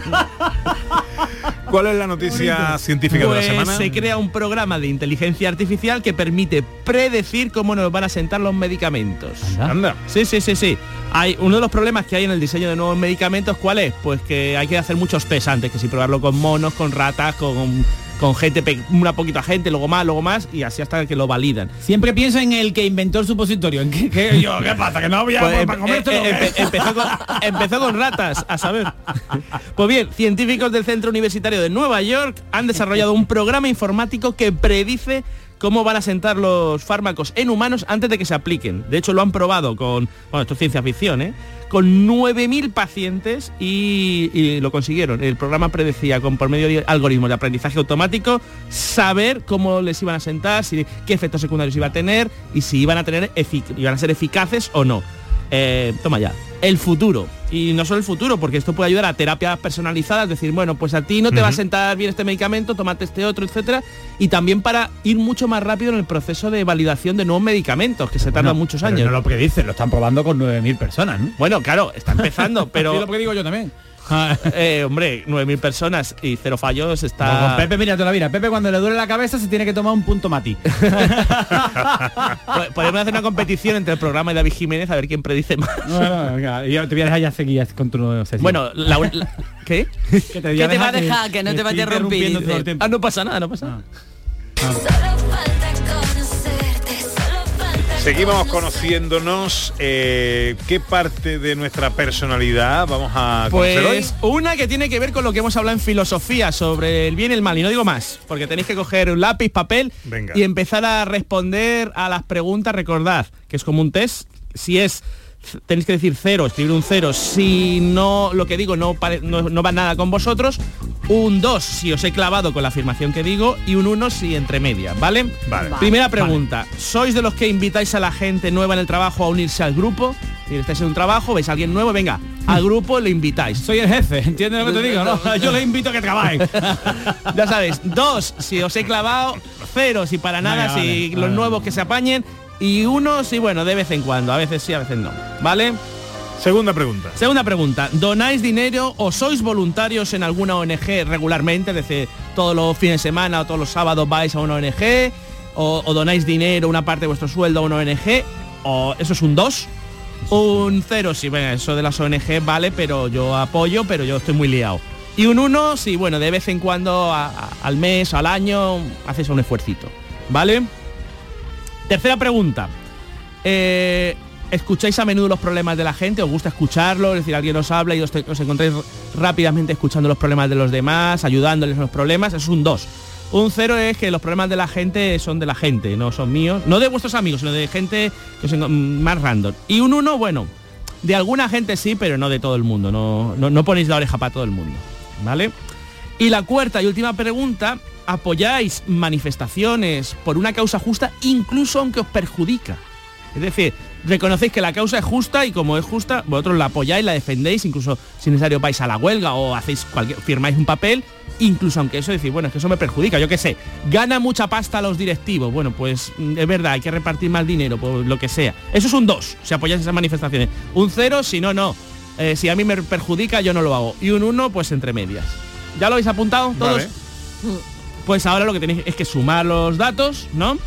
¿Cuál es la noticia científica Pues de la semana? se crea un programa de inteligencia artificial que permite predecir cómo nos van a sentar los medicamentos. Anda. Sí, sí, sí, sí. Hay uno de los problemas que hay en el diseño de nuevos medicamentos, ¿cuál es? Pues que hay que hacer muchos test antes, que si probarlo con monos, con ratas, con, con gente, pe- una poquita gente, luego más, luego más, y así hasta que lo validan. Siempre pienso en el que inventó el supositorio. ¿En qué, qué- yo, ¿qué pasa? Que no había Pues, para em- comértelo. em- em- empezó, con, empezó con ratas, a saber. Pues bien, científicos del Centro Universitario de Nueva York han desarrollado un programa informático que predice cómo van a sentar los fármacos en humanos antes de que se apliquen. De hecho, lo han probado con, bueno, esto es ciencia ficción, ¿eh? Con nueve mil pacientes y, y lo consiguieron. El programa predecía, con por medio de algoritmos de aprendizaje automático, saber cómo les iban a sentar, si, qué efectos secundarios iba a tener y si iban a tener efic- iban a ser eficaces o no. Eh, toma ya. El futuro. Y no solo el futuro, porque esto puede ayudar a terapias personalizadas, decir, bueno, pues a ti no te uh-huh. va a sentar bien este medicamento, tómate este otro, etcétera. Y también para ir mucho más rápido en el proceso de validación de nuevos medicamentos, que se tardan bueno, muchos años. No lo que dicen, lo están probando con nueve mil personas, ¿no? Bueno, claro, está empezando, pero... Sí, lo que digo yo también. eh, hombre, nueve mil personas y cero fallos está... No, con Pepe, mira, te la mira. Pepe cuando le duele la cabeza se tiene que tomar un punto mati. Podemos hacer una competición entre el programa y David Jiménez a ver quién predice más. Bueno, venga, yo te voy a dejar ya seguir con tu sesión. Bueno, la, la, ¿qué? Que te, ¿Qué te va a dejar? Que, que no te va a interrumpir. Ah, no pasa nada, no pasa nada. Ah. Ah. Seguimos conociéndonos. Eh, ¿Qué parte de nuestra personalidad vamos a conocer pues hoy? Una que tiene que ver con lo que hemos hablado en filosofía sobre el bien y el mal, y no digo más, porque tenéis que coger un lápiz, papel Venga. y empezar a responder a las preguntas. Recordad que es como un test. Si es tenéis que decir cero, escribir un cero si no, lo que digo no, no, no va nada con vosotros, un dos si os he clavado con la afirmación que digo y un uno si entre medias, ¿vale? Vale. Primera pregunta, vale. ¿Sois de los que invitáis a la gente nueva en el trabajo a unirse al grupo? Si estáis en un trabajo, veis a alguien nuevo, venga, al grupo le invitáis. Soy el jefe, ¿entiendes lo que te digo? ¿No? Yo les invito a que trabajen. Ya sabéis, dos si os he clavado, cero si para nada, vale, si vale, los vale. nuevos que se apañen, y uno sí, bueno, de vez en cuando, a veces sí, a veces no, ¿vale? Segunda pregunta. Segunda pregunta. ¿Donáis dinero o sois voluntarios en alguna O N G regularmente? Es decir, todos los fines de semana o todos los sábados vais a una O N G, o, o donáis dinero, una parte de vuestro sueldo a una O N G, o eso es un dos. Un cero, sí, bueno, eso de las O N G vale, pero yo apoyo, pero yo estoy muy liado. Y un uno, sí, bueno, de vez en cuando, a, a, al mes, al año, haces un esfuercito, ¿vale? Tercera pregunta. Eh, ¿Escucháis a menudo los problemas de la gente? ¿Os gusta escucharlos? Es decir, alguien os habla y os, te, os encontráis rápidamente escuchando los problemas de los demás, ayudándoles en los problemas. Eso es un dos. Un cero es que los problemas de la gente son de la gente, no son míos. No de vuestros amigos, sino de gente que os más random. Y un uno, bueno, de alguna gente sí, pero no de todo el mundo. No, no, no ponéis la oreja para todo el mundo, ¿vale? Y la cuarta y última pregunta, ¿apoyáis manifestaciones por una causa justa incluso aunque os perjudica? Es decir, reconocéis que la causa es justa y como es justa, vosotros la apoyáis, la defendéis, incluso si necesario vais a la huelga o hacéis cualquier, firmáis un papel, incluso aunque eso decís, bueno, es que eso me perjudica, yo qué sé, gana mucha pasta a los directivos, bueno, pues es verdad, hay que repartir más dinero, pues lo que sea. Eso es un dos, si apoyáis esas manifestaciones. Un cero, si no, no. Eh, si a mí me perjudica, yo no lo hago. Y un uno, pues entre medias. ¿Ya lo habéis apuntado todos? Vale. Pues ahora lo que tenéis es que sumar los datos, ¿no?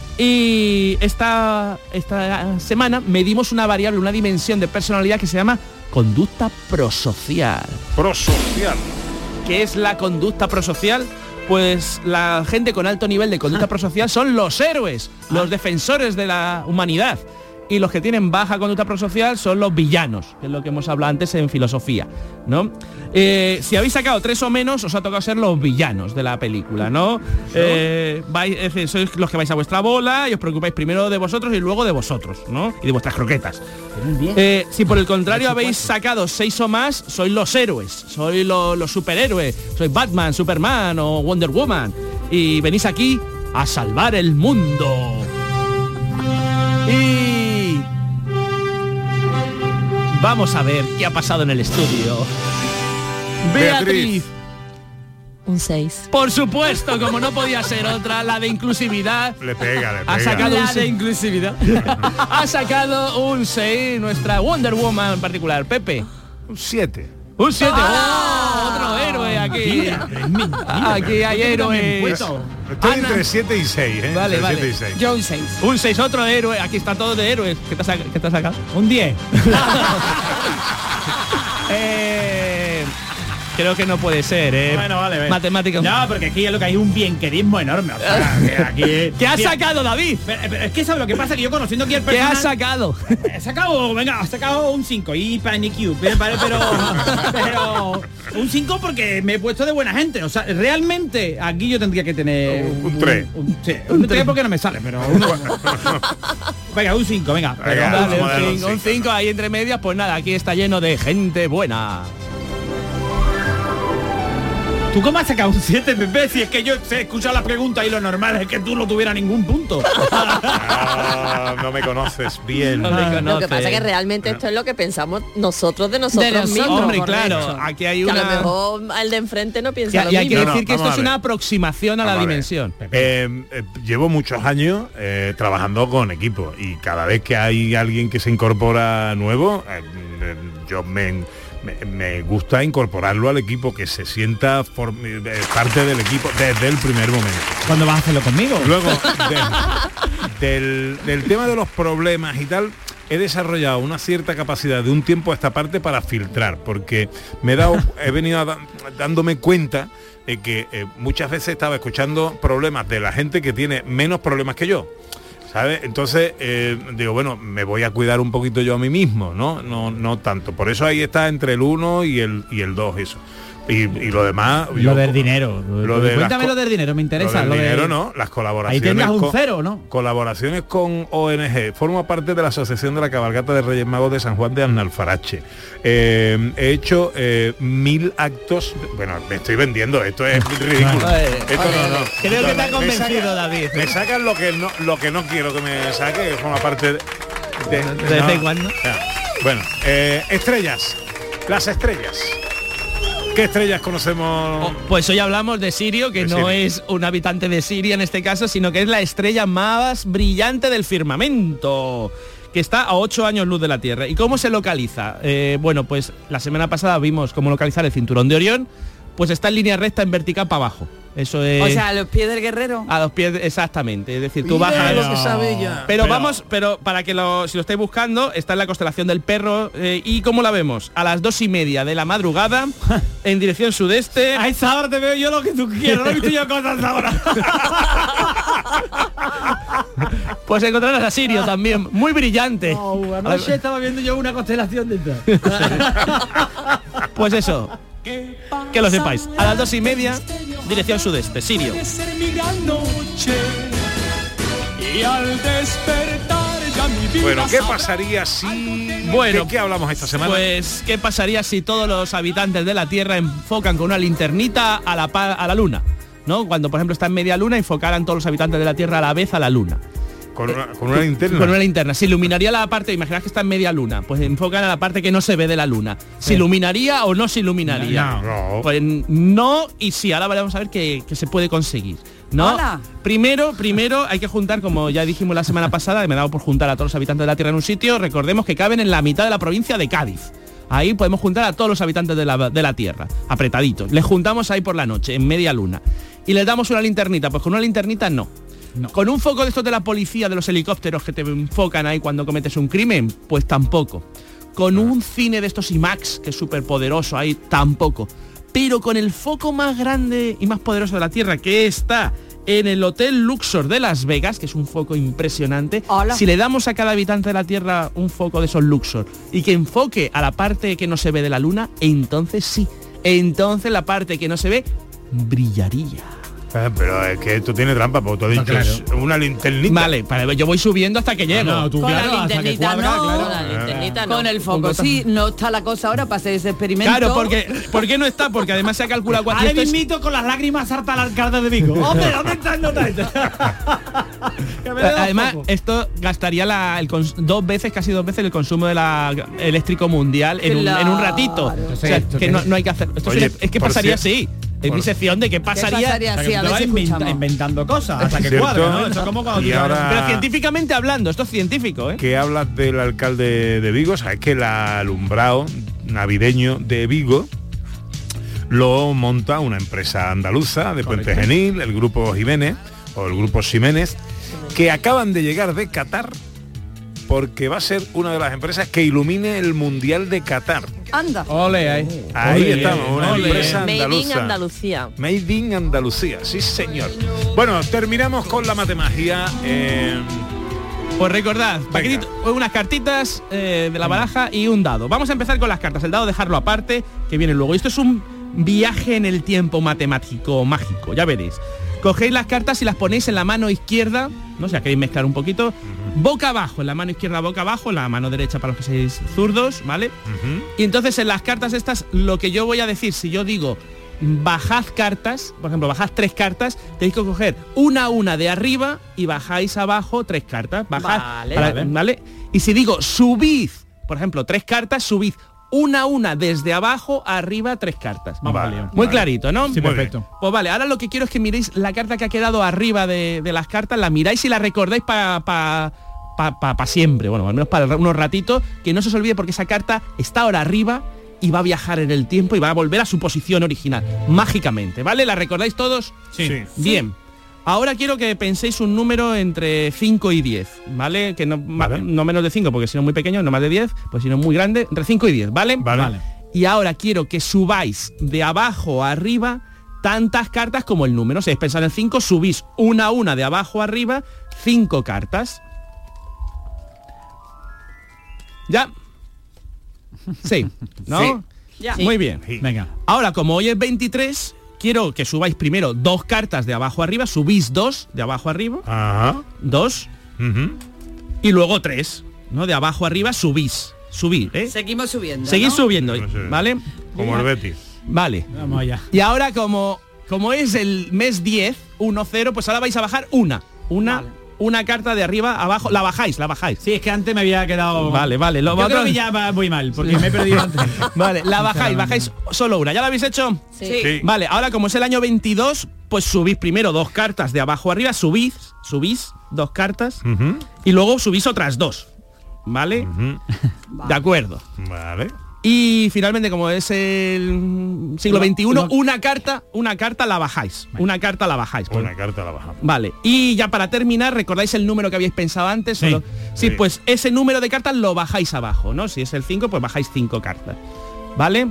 Y esta, esta semana medimos una variable, una dimensión de personalidad que se llama conducta prosocial. Prosocial. ¿Qué es la conducta prosocial? Pues la gente con alto nivel de conducta prosocial son los héroes, los defensores de la humanidad. Y los que tienen baja conducta prosocial son los villanos, que es lo que hemos hablado antes en filosofía, ¿no? Eh, si habéis sacado tres o menos, os ha tocado ser los villanos de la película, ¿no? Eh, vais, es decir, sois los que vais a vuestra bola y os preocupáis primero de vosotros y luego de vosotros, ¿no? Y de vuestras croquetas. Eh, si por el contrario habéis sacado seis o más, sois los héroes, sois los, los superhéroes, sois Batman, Superman o Wonder Woman y venís aquí a salvar el mundo. Y vamos a ver qué ha pasado en el estudio. Beatriz. Beatriz. Un seis. Por supuesto, como no podía ser otra, la de inclusividad. Le pega, le pega. Ha sacado la un de inclusividad. ha sacado un seis, nuestra Wonder Woman en particular. Pepe. Un siete. Un siete. ¡Oh! Otro héroe aquí. Aquí hay héroes. Estoy entre siete y seis, ¿eh? Vale, entre vale. siete y seis. Yo un seis. Un seis, otro héroe. Aquí está todo de héroes. ¿Qué te has saca- qué te has sacado? Un diez. eh, creo que no puede ser, ¿eh? Bueno, vale, vale. Matemáticas. No, porque aquí es lo que hay un bienquerismo enorme. O sea, que aquí... ¿Qué has sacado, David? Pero, pero es que ¿sabes lo que pasa? Que yo conociendo aquí el ¿Qué personal... has sacado? He sacado, venga, he sacado un cinco y Panic Cube, pero, pero, pero un cinco porque me he puesto de buena gente. O sea, realmente aquí yo tendría que tener un tres. Un, un, sí, un tres porque no me sale, pero un, venga, un cinco, venga. Venga, Dale, vamos a darle un un cinco, un cinco, cinco ahí entre medias, pues nada, aquí está lleno de gente buena. ¿Tú cómo has sacado un siete, Pepe? Si es que yo he escuchado la pregunta y lo normal es que tú no tuvieras ningún punto. Ah, no me conoces bien. No me conoces. Lo que pasa es que realmente esto es lo que pensamos nosotros de nosotros, de nosotros mismos. Hombre, claro, aquí hay una... Que a lo mejor el de enfrente no piensa Y, lo y hay mismo. que decir No, que esto vamos es a una ver. aproximación a la Vamos a ver. dimensión. Eh, eh, llevo muchos años eh, trabajando con equipo y cada vez que hay alguien que se incorpora nuevo, eh, eh, yo me, me, me gusta incorporarlo al equipo, que se sienta for- eh, parte del equipo desde el primer momento. ¿Cuándo vas a hacerlo conmigo? Luego, de- del, del tema de los problemas y tal, he desarrollado una cierta capacidad de un tiempo a esta parte para filtrar, porque me he dado, he venido da- dándome cuenta de que eh, muchas veces estaba escuchando problemas de la gente que tiene menos problemas que yo, ¿sabes? Entonces eh, digo, bueno, me voy a cuidar un poquito yo a mí mismo, ¿no? No, no tanto. Por eso ahí está entre el uno y el y el dos eso. Y, y lo demás... Lo yo- del dinero. lo de Cuéntame las co- lo del dinero, me interesa. Lo del lo de- dinero no, las colaboraciones. Ahí tendrás un con- cero, ¿no? Colaboraciones con O N G. Formo parte de la Asociación de la Cabalgata de Reyes Magos de San Juan de Analfarache. Eh, he hecho eh, mil actos. Bueno, me estoy vendiendo, esto es ridículo. Esto no, no. Creo que te ha Me convencido, saca- David. Me sacan lo que no, lo que no quiero que me saque, que forma parte de, de, De vez en cuando. Ya. Bueno, eh, estrellas. Las estrellas. ¿Qué estrellas conocemos? Pues hoy hablamos de Sirio, que De no Sirio. es un habitante de Siria en este caso, sino que es la estrella más brillante del firmamento, que está a ocho años luz de la Tierra. ¿Y cómo se localiza? Eh, bueno, pues la semana pasada vimos cómo localizar el cinturón de Orión, pues está en línea recta en vertical para abajo. Eso es... O sea, a los pies del guerrero. A los pies, exactamente. Es decir, tú Mira bajas... lo que sabe ella. Pero, Pero- vamos, pero para que lo, si lo estáis buscando, está en la constelación del Perro. eh, ¿Y cómo la vemos? A las dos y media de la madrugada, en dirección sudeste. A esa hora te veo yo lo que tú quieras. No he visto yo cosas ahora. Pues encontrarás a Sirio también, muy brillante. Oh, anoche estaba viendo yo una constelación de esta. Pues eso, que lo sepáis. A las dos y media, dirección sudeste, Sirio. Ser mi gran noche. Y al despertar ya mi vida Bueno, ¿qué sabrá- pasaría si... Bueno, ¿De qué hablamos esta semana? Pues, ¿qué pasaría si todos los habitantes de la Tierra enfocan con una linternita a la, pa- a la Luna? ¿No? Cuando, por ejemplo, está en media luna, enfocaran todos los habitantes de la Tierra a la vez a la Luna. Con una, con una linterna. Con una linterna. Se iluminaría la parte, imaginad que está en media luna, pues enfocan a la parte que no se ve de la luna. ¿Se Sí. iluminaría o no se iluminaría? No. No. Pues no y sí, ahora vamos a ver qué, qué se puede conseguir. ¿No? Hola. Primero, primero hay que juntar, como ya dijimos la semana pasada, me he dado por juntar a todos los habitantes de la Tierra en un sitio, recordemos que caben en la mitad de la provincia de Cádiz. Ahí podemos juntar a todos los habitantes de la, de la Tierra, apretaditos. Les juntamos ahí por la noche, en media luna. Y les damos una linternita, pues con una linternita no. No. Con un foco de estos de la policía, de los helicópteros que te enfocan ahí cuando cometes un crimen, pues tampoco. Con un cine de estos IMAX, que es súper poderoso ahí, tampoco. Pero con el foco más grande y más poderoso de la Tierra, que está en el Hotel Luxor de Las Vegas, que es un foco impresionante, Hola. si le damos a cada habitante de la Tierra un foco de esos Luxor y que enfoque a la parte que no se ve de la Luna, entonces sí, entonces la parte que no se ve brillaría. Eh, Pero es que esto tiene trampa, porque tú has No, dicho claro. es una linternita. Vale, para- yo voy subiendo hasta que llego. No, tú Con claro, la hasta que linternita cuadra, no. claro. Con la linternita no. Con el foco, sí, no está la cosa ahora para hacer ese experimento. Claro, porque ¿por qué no está? Porque además se ha calculado cuánto Ahora esto es- mismito con las lágrimas salta la alcalde de Vigo. Hombre, ¿dónde está el nota Que me dé Además, poco. esto gastaría la, el cons- dos veces, casi dos veces el consumo de la eléctrico mundial en, un, en un ratito. Claro. O sea, Esto que que- no, no hay que hacer. Esto Oye, sería- es que por pasaría cier- así. En por- mi sección de qué ¿Qué pasaría. pasaría O sea, así? que A tú ver vas si inventa- escuchamos. inventando cosas hasta que Cierto. cuadra, ¿no? Eso es como cuando Y tú vas- ahora- Pero científicamente hablando, esto es científico, ¿eh? Que hablas del alcalde de Vigo, sabes que el alumbrado navideño de Vigo lo monta una empresa andaluza de Puente Genil, el grupo Jiménez o el grupo Ximénez, que acaban de llegar de Qatar porque va a ser una de las empresas que ilumine el Mundial de Qatar. Anda. Ole, ahí. Ahí Ole, estamos, una ole. empresa Made in andaluza. Andalucía. Made in Andalucía, sí señor. Bueno, terminamos con la matemagia. eh, Pues recordad, Venga. paquetito, unas cartitas eh, de la baraja y un dado. Vamos a empezar con las cartas. El dado dejarlo aparte, que viene luego. Esto es un viaje en el tiempo matemático mágico, ya veréis. Cogéis las cartas y las ponéis en la mano izquierda, no sé, queréis mezclar un poquito, boca abajo, en la mano izquierda boca abajo, en la mano derecha para los que seáis zurdos, ¿vale? ujú. Y entonces en las cartas estas, lo que yo voy a decir, si yo digo bajad cartas, por ejemplo, bajad tres cartas, tenéis que coger una a una de arriba y bajáis abajo tres cartas. Bajad, Vale, para- vale. ¿vale? Y si digo subid, por ejemplo, tres cartas, subid una a una desde abajo a arriba tres cartas. Vamos Vale. al lío. Muy Vale. clarito, ¿no? Sí, Muy perfecto. bien. Pues vale, ahora lo que quiero es que miréis la carta que ha quedado arriba de, de las cartas, la miráis y la recordáis para pa, pa, pa- pa siempre, bueno, al menos para unos ratitos, que no se os olvide porque esa carta está ahora arriba y va a viajar en el tiempo y va a volver a su posición original, mágicamente, ¿vale? ¿La recordáis todos? Sí. Sí. Bien. Ahora quiero que penséis un número entre cinco y diez, ¿vale? Que no, ma- no menos de cinco, porque si no es muy pequeño, no más de diez, pues si no es muy grande, entre cinco y diez, ¿vale? Vale. Y ahora quiero que subáis de abajo a arriba tantas cartas como el número. Si es pensar en cinco, subís una a una de abajo a arriba, cinco cartas. ¿Ya? Sí, ¿no? Sí. Ya. Muy bien. Venga. Ahora, como hoy es veintitrés, quiero que subáis primero dos cartas de abajo a arriba, subís dos de abajo a arriba, Ajá. dos, Ujú. y luego tres, ¿no? De abajo a arriba subís, subís, ¿eh? Seguimos subiendo. Seguís ¿no? subiendo, No sé. ¿vale? Como el Betis. Vale. Vamos allá. Y ahora como, como es el mes diez, uno cero, pues ahora vais a bajar una. Una, Vale. una carta de arriba a abajo. La bajáis, la bajáis. Sí, es que antes me había quedado... Vale, vale. Lo Yo creo otro- que ya va muy mal, porque me he perdido antes. Vale, la bajáis, bajáis solo una. ¿Ya la habéis hecho? Sí. Sí. Vale, ahora como es el año veintidós, pues subís primero dos cartas de abajo arriba, subís, subís dos cartas Ujú. y luego subís otras dos. ¿Vale? Ujú. De acuerdo. Vale. Y finalmente, como es el siglo Una- veintiuno, una- una carta, una carta la bajáis. Una carta la bajáis. Una carta la bajamos. Vale, y ya para terminar, ¿recordáis el número que habíais pensado antes? Sí. Solo- sí, Sí. pues ese número de cartas lo bajáis abajo, ¿no? Si es el cinco, pues bajáis cinco cartas. ¿Vale?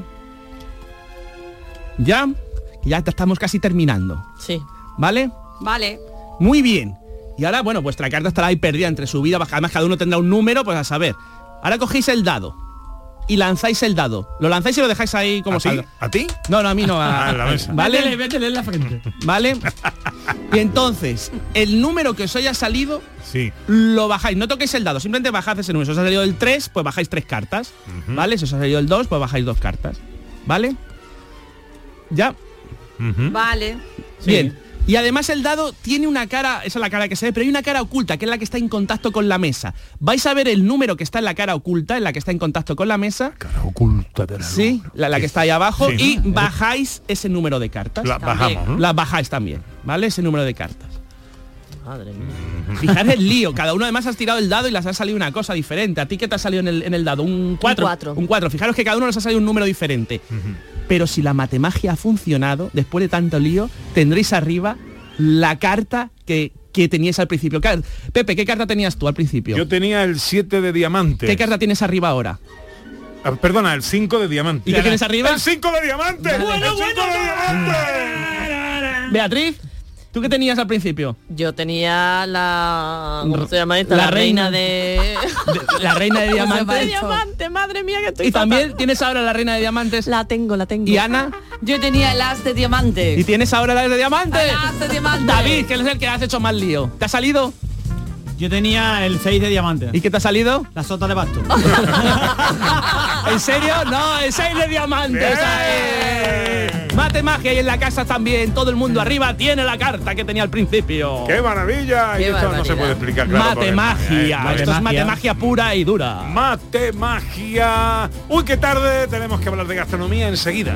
¿Ya? Ya estamos casi terminando. Sí. ¿Vale? Vale. Muy bien. Y ahora, bueno, vuestra carta estará ahí perdida entre subida, baja. Además, cada uno tendrá un número, pues a saber. Ahora cogéis el dado y lanzáis el dado. Lo lanzáis y lo dejáis ahí como ¿A ti? salga. ¿A ti? No, no, a mí no. a- Ah, en la mesa. ¿Vale? Métele, métele en la frente. ¿Vale? Y entonces, el número que os haya salido, Sí. lo bajáis. No toquéis el dado, simplemente bajad ese número. Si os ha salido el tres, pues bajáis tres cartas. Ujú. ¿Vale? Si os ha salido el dos, pues bajáis dos cartas. ¿Vale? ¿Ya? Ujú. Vale. Bien. Y además el dado tiene una cara, esa es la cara que se ve, pero hay una cara oculta, que es la que está en contacto con la mesa. Vais a ver el número que está en la cara oculta, en la que está en contacto con la mesa. Cara oculta de la Sí, luna. la, la que está ahí abajo. Sí. Y bajáis ese número de cartas. La bajamos, ¿no? La bajáis también, ¿vale? Ese número de cartas. Madre mía. Fijar el lío, cada uno además has tirado el dado y les ha salido una cosa diferente. ¿A ti qué te ha salido en el, en el dado? Un cuatro. cuatro. Un cuatro. Fijaros que cada uno les ha salido un número diferente. Pero si la matemagia ha funcionado, después de tanto lío, tendréis arriba la carta que, que teníais al principio. Car- Pepe, ¿qué carta tenías tú al principio? Yo tenía el siete de diamantes. ¿Qué carta tienes arriba ahora? Ah, perdona, el cinco de diamantes. ¿Y qué tienes arriba? El cinco de diamantes. Bueno, el cinco de diamantes. Beatriz, ¿tú qué tenías al principio? Yo tenía la... ¿Cómo se llama esta? La La, reina. reina, de... De- la reina de diamantes. de diamante, madre mía, que estoy Y también fatal. tienes ahora la reina de diamantes. La tengo, la tengo. ¿Y Ana? Yo tenía el as de diamante. ¿Y tienes ahora la de diamantes? El as de diamante. David, que es el que has hecho más lío. ¿Te ha salido? Yo tenía el seis de diamante. ¿Y qué te ha salido? La sota de basto. ¿En serio? No, el seis de diamantes. ¡Ay! Mate magia y en la casa también. Todo el mundo arriba tiene la carta que tenía al principio. ¡Qué maravilla! Qué y esto no se barbaridad. puede explicar, claro. Mate porque- magia. eh, Esto es mate magia pura y dura. Mate magia. Uy, qué tarde. Tenemos que hablar de gastronomía enseguida.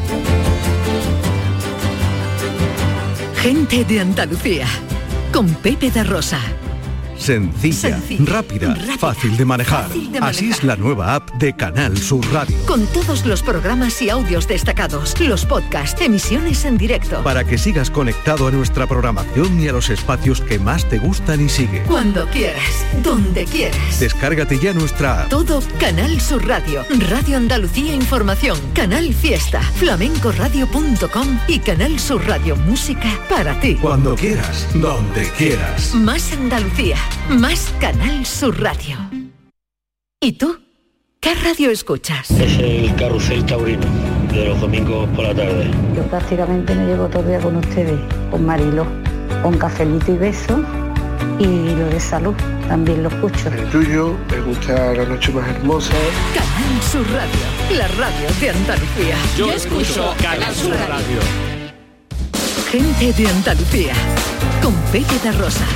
Gente de Andalucía, con Pepe da Rosa. Sencilla, Sencilla, rápida, rápida, fácil de manejar. fácil de Así manejar. es la nueva app de Canal Sur Radio. Con todos los programas y audios destacados, los podcasts, emisiones en directo. Para que sigas conectado a nuestra programación y a los espacios que más te gustan y sigue. Cuando quieras, donde quieras. Descárgate ya nuestra app. Todo Canal Sur Radio, Radio Andalucía Información, Canal Fiesta, flamencoradio punto com y Canal Sur Radio Música para ti. Cuando quieras, donde quieras. Más Andalucía, más Canal Sur Radio. ¿Y tú? ¿Qué radio escuchas? Es el Carrusel Taurino, de los domingos por la tarde. Yo prácticamente me llevo todo el día con ustedes, con Marilo, con cafelito y beso Y lo de salud, también lo escucho. El tuyo, me gusta La Noche Más Hermosa. Canal Sur Radio, la radio de Andalucía. Yo escucho Canal Sur Radio. Gente de Andalucía, con Pepe da Rosa.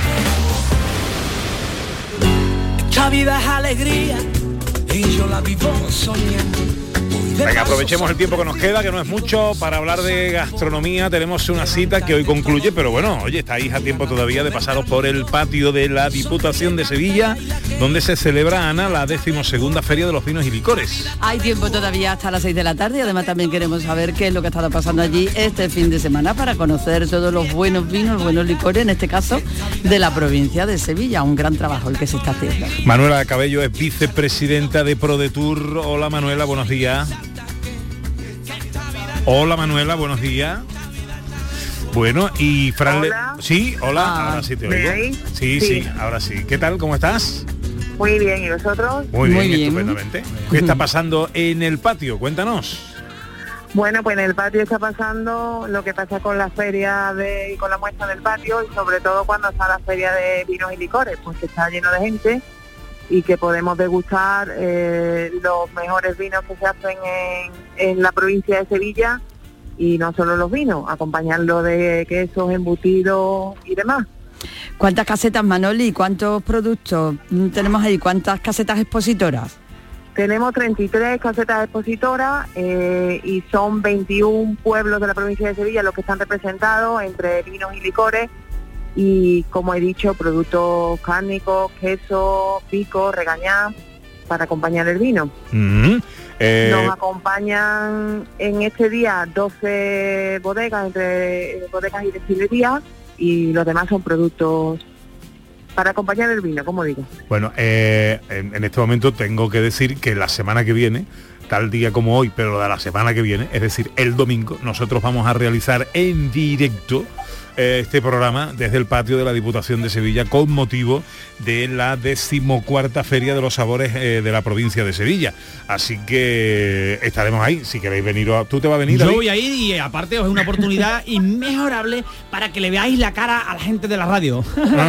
Esta vida es alegría y yo la vivo soñando. Venga, aprovechemos el tiempo que nos queda, que no es mucho, para hablar de gastronomía. Tenemos una cita que hoy concluye, pero bueno, oye, estáis a tiempo todavía de pasaros por el patio de la Diputación de Sevilla, donde se celebra, Ana, la decimosegunda Feria de los Vinos y Licores. Hay tiempo todavía hasta las seis de la tarde y además también queremos saber qué es lo que ha estado pasando allí este fin de semana para conocer todos los buenos vinos, buenos licores, en este caso de la provincia de Sevilla. Un gran trabajo el que se está haciendo. Manuela Cabello es vicepresidenta de ProDetour. Hola Manuela, buenos días. Hola Manuela, buenos días. Bueno, y Fran... Hola. Le... Sí, hola, Ah, ahora sí te ¿me oigo. oís? Sí, sí, Sí. ahora sí. ¿Qué tal? ¿Cómo estás? Muy bien, ¿y vosotros? Muy bien, estupendamente. ¿Qué está pasando en el patio? Cuéntanos. Bueno, pues en el patio está pasando lo que pasa con la feria de, y con la muestra del patio, y sobre todo cuando está la feria de vinos y licores, pues que está lleno de gente y que podemos degustar eh, los mejores vinos que se hacen en, en la provincia de Sevilla, y no solo los vinos, acompañarlo de quesos, embutidos y demás. ¿Cuántas casetas, Manoli, y cuántos productos tenemos ahí? ¿Cuántas casetas expositoras? Tenemos treinta y tres casetas expositoras eh, y son veintiún pueblos de la provincia de Sevilla los que están representados entre vinos y licores, y como he dicho, productos cárnicos, queso, pico, regañá, para acompañar el vino. Mm-hmm. eh... Nos acompañan en este día doce bodegas, entre bodegas y destilerías, y los demás son productos para acompañar el vino, como digo. Bueno, eh, en, en este momento tengo que decir que la semana que viene, tal día como hoy, pero de la semana que viene, es decir, el domingo, nosotros vamos a realizar en directo eh, este programa desde el patio de la Diputación de Sevilla con motivo de la decimocuarta Feria de los Sabores eh, de la provincia de Sevilla. Así que estaremos ahí, si queréis venir. A... ¿Tú te vas a venir, Yo David? voy a ir y eh, aparte es una oportunidad inmejorable para que le veáis la cara a la gente de la radio.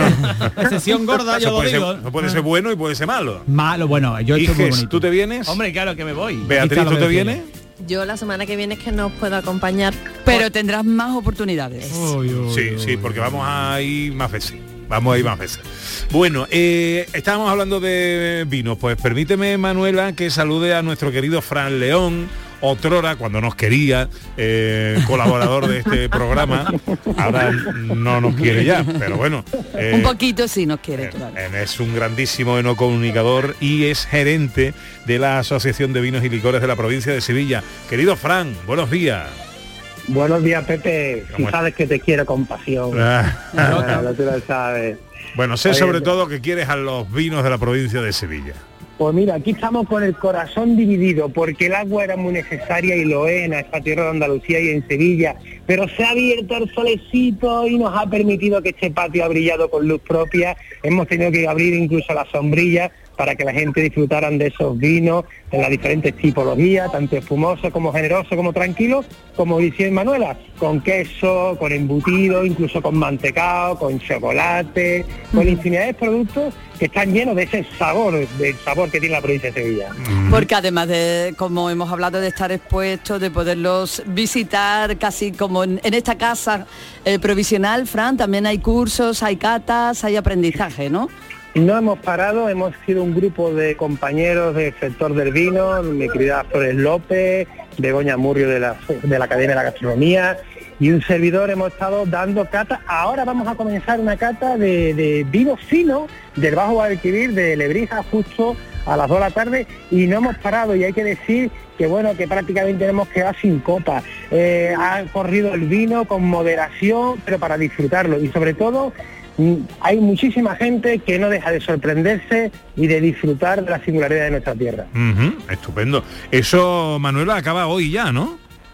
Sesión gorda, Eso yo lo puede digo. ser, eso puede ser bueno y puede ser malo. Malo, bueno, yo estoy muy Iges, bonito. ¿tú te vienes? Hombre, claro que me voy. Beatriz, ¿tú te vienes? Yo la semana que viene es que no os puedo acompañar. Pero tendrás más oportunidades. Sí, sí, porque vamos a ir más veces. Vamos a ir más veces. Bueno, eh, estábamos hablando de vinos. Pues permíteme, Manuela, que salude a nuestro querido Fran León, otrora, cuando nos quería, eh, colaborador de este programa. Ahora no nos quiere ya, pero bueno. Eh, Un poquito sí nos quiere. Claro. Es un grandísimo enocomunicador y es gerente de la Asociación de Vinos y Licores de la provincia de Sevilla. Querido Fran, buenos días. Buenos días, Pepe. Si ¿Cómo sabes que te quiero con pasión. Ah. No, tú lo sabes. Bueno, sé Oye, sobre todo que quieres a los vinos de la provincia de Sevilla. Pues mira, aquí estamos con el corazón dividido, porque el agua era muy necesaria y lo es en esta tierra de Andalucía y en Sevilla, pero se ha abierto el solecito y nos ha permitido que este patio ha brillado con luz propia. Hemos tenido que abrir incluso las sombrillas para que la gente disfrutaran de esos vinos en las diferentes tipologías, tanto espumoso como generoso como tranquilo, como dice Manuela, con queso, con embutido, incluso con mantecado, con chocolate, con infinidad de productos que están llenos de ese sabor, del sabor que tiene la provincia de Sevilla. Porque además de, como hemos hablado, de estar expuestos, de poderlos visitar casi como en, en esta casa eh, provisional, Fran, también hay cursos, hay catas, hay aprendizaje, ¿no? No hemos parado, hemos sido un grupo de compañeros del sector del vino, mi querida Flores López, Begoña Murrio de la, de la Academia de la Gastronomía, y un servidor hemos estado dando cata. Ahora vamos a comenzar una cata de, de vino fino del Bajo Guadalquivir, de Lebrija, justo a las dos de la tarde, y no hemos parado, y hay que decir que bueno, que prácticamente hemos quedado sin copa. Eh, ha corrido el vino con moderación, pero para disfrutarlo, y sobre todo hay muchísima gente que no deja de sorprenderse y de disfrutar de la singularidad de nuestra tierra. Uh-huh, estupendo. Eso, Manuela, acaba hoy ya, ¿no?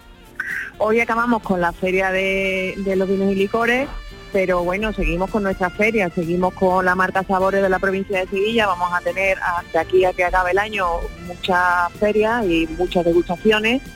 Hoy acabamos con la feria de, de los vinos y licores, pero bueno, seguimos con nuestra feria, seguimos con la marca Sabores de la provincia de Sevilla. Vamos a tener, de aquí a que acabe el año, muchas ferias y muchas degustaciones,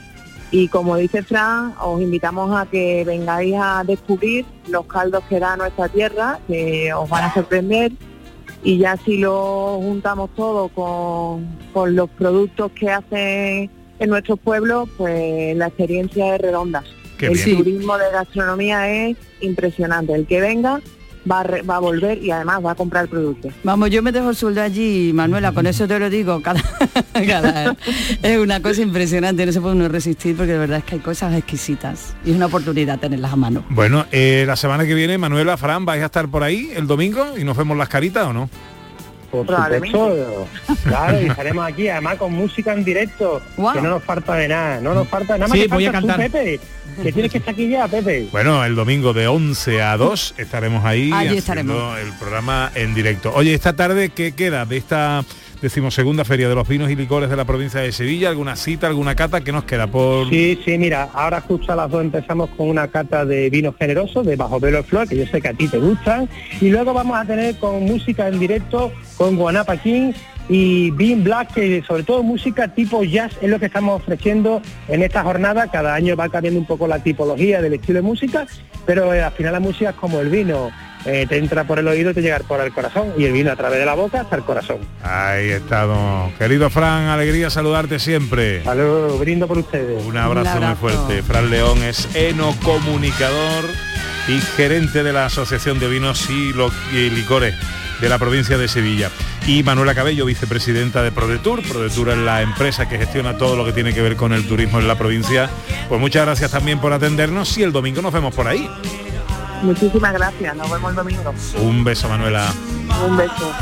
Y como dice Fran, os invitamos a que vengáis a descubrir los caldos que da nuestra tierra, que os van a sorprender, y ya si lo juntamos todo con, con los productos que hacen en nuestros pueblos, pues la experiencia es redonda. Qué el bien. turismo de gastronomía es impresionante. El que venga va a, re, va a volver y además va a comprar productos. Vamos, yo me dejo el sueldo allí, Manuela, con eso te lo digo, cada, cada es una cosa impresionante, no se puede uno resistir porque de verdad es que hay cosas exquisitas y es una oportunidad tenerlas a mano. Bueno, eh, la semana que viene, Manuela, Fran, ¿vais a estar por ahí el domingo y nos vemos las caritas o no? Por supuesto, claro, y estaremos aquí, además con música en directo, wow. Que no nos falta de nada, no nos falta nada más. Sí, que voy a falta cantar. Tú, Pepe, que tienes que estar aquí ya, Pepe. Bueno, el domingo de once a dos estaremos ahí Allí haciendo estaremos. el programa en directo. Oye, esta tarde, ¿qué queda de esta decimosegunda Feria de los Vinos y Licores de la provincia de Sevilla? ¿Alguna cita, alguna cata? ¿Qué nos queda por...? Sí, sí, mira, ahora justo a las dos empezamos con una cata de vinos generosos, de Bajo Velo de Flor, que yo sé que a ti te gustan, y luego vamos a tener con música en directo, con Guanapa King y Bean Black, que sobre todo música tipo jazz es lo que estamos ofreciendo en esta jornada. Cada año va cambiando un poco la tipología del estilo de música, pero eh, al final la música es como el vino. Eh, te entra por el oído y te llega por el corazón, y el vino a través de la boca hasta el corazón. Ahí estamos. Querido Fran, alegría saludarte siempre. Saludos, brindo por ustedes. Un abrazo, Un abrazo muy fuerte. Fran León es enocomunicador y gerente de la Asociación de Vinos y, Lo- y Licores de la provincia de Sevilla. Y Manuela Cabello, vicepresidenta de ProDetour. ProDetour es la empresa que gestiona todo lo que tiene que ver con el turismo en la provincia. Pues muchas gracias también por atendernos y el domingo nos vemos por ahí. Muchísimas gracias, nos vemos el domingo. Un beso, Manuela. Un beso.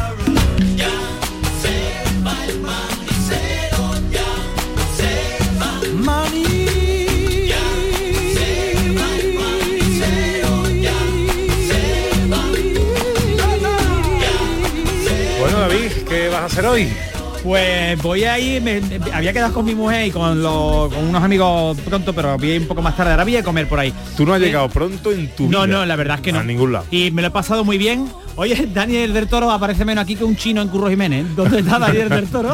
Bueno, David, ¿qué vas a hacer hoy? Pues voy a ir, me, me- había quedado con mi mujer y con, los, con unos amigos pronto, pero voy a ir un poco más tarde, ahora voy a comer por ahí. Tú no has llegado pronto en tu No, vida. no, la verdad es que no. A ningún lado. Y me lo he pasado muy bien. Oye, Daniel del Toro aparece menos aquí que un chino en Curro Jiménez. ¿Dónde está Daniel del Toro?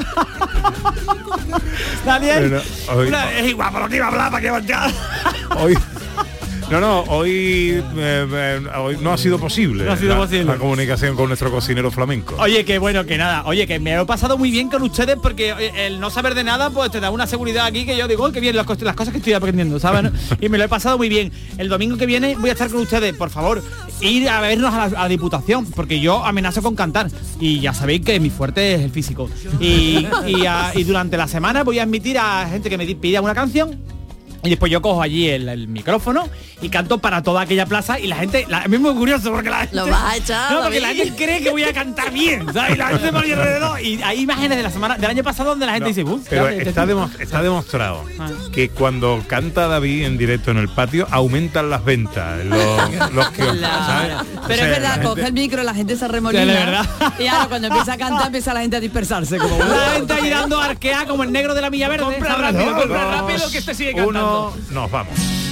Daniel, Bueno, hoy- una- es igual, por lo que iba a hablar, para que voltear. Hoy... No, no, hoy, eh, eh, hoy no ha sido posible, No ha sido la, posible. la comunicación con nuestro cocinero flamenco. Oye, que bueno, que nada, oye, que me lo he pasado muy bien con ustedes porque oye, el no saber de nada pues te da una seguridad aquí que yo digo, que bien las, cos- las cosas que estoy aprendiendo, ¿saben? Y me lo he pasado muy bien. El domingo que viene voy a estar con ustedes, por favor, ir a vernos a la, a la Diputación, porque yo amenazo con cantar y ya sabéis que mi fuerte es el físico. Y, y, a- y durante la semana voy a admitir a gente que me di- pida una canción. Y después yo cojo allí el, el micrófono y canto para toda aquella plaza y la gente, la, a mí es muy curioso porque la gente... Lo vas a echar, No, porque David. la gente cree que voy a cantar bien, ¿sabes? Y la gente por ahí alrededor. Y hay imágenes de la semana, del año pasado donde la gente No, dice, "Uf, pero ya, este está, tipo". demo- está demostrado Ah. que cuando canta David en directo en el patio aumentan las ventas en los, los kioscos, Claro. ¿sabes? Pero O sea, es la verdad, gente- coge el micro, la gente se remolina. De verdad. Y ahora cuando empieza a cantar empieza la gente a dispersarse. Como La gente ahí dando arquea como el negro de la Milla Verde. Compra ¿sabes? rápido, compra Dos, rápido que este sigue cantando. Uno, nos vamos.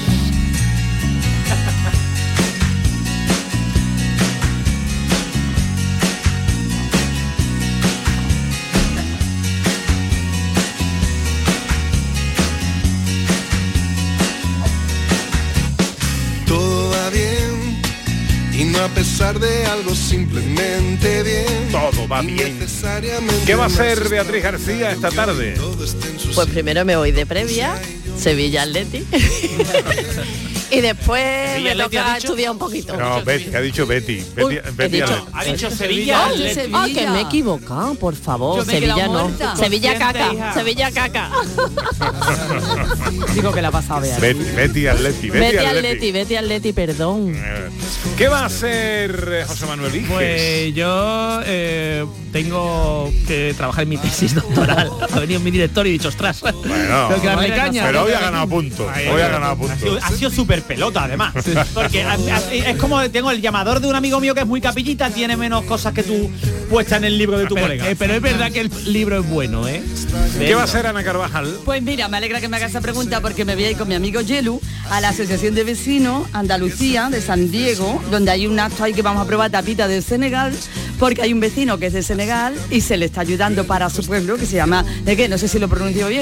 Todo va bien y no a pesar de algo simplemente bien. Todo va bien. ¿Qué va a hacer Beatriz García esta tarde? Pues primero me voy de previa, Sevilla Atleti. Y después ¿Sevilla me Atleti ha toca dicho? estudiar un poquito. No, Betty, ha dicho Betty. Betty, Uy, he Betty dicho- Allen. Ha dicho Sevilla. Ay, Atleti. Sevilla. Ah, que me he equivocado, por favor. Yo me he quedado Sevilla no. muerta. Sevilla Consciente, caca. hija. Sevilla caca. Digo que la ha pasado Bea. Betty, Betty Atleti. Betty Vete Atleti. Atleti, vete Atleti, perdón. Eh, ¿Qué va a hacer eh, José Manuel Iges? Pues yo eh, tengo que trabajar en mi tesis doctoral. Ha venido mi director y he dicho, ostras, Bueno, tengo que darle caña. pero hoy ha ganado puntos. Ahí, Hoy ha ahí, ganado Ha sido, puntos. ha sido súper pelota además. Porque a- a- es como tengo el llamador de un amigo mío que es muy capillita, tiene menos cosas que tú puestas en el libro de tu pero, colega. eh, pero es verdad que el libro es bueno, ¿eh? ¿Qué va a hacer Ana Carvajal? Pues mira, me alegra que me haga esa pregunta porque me voy a ir con mi amigo Yelu a la Asociación de Vecinos Andalucía de San Diego, donde hay un acto ahí que vamos a probar tapita de Senegal, porque hay un vecino que es de Senegal y se le está ayudando para su pueblo, que se llama, ¿de qué? No sé si lo pronuncio bien,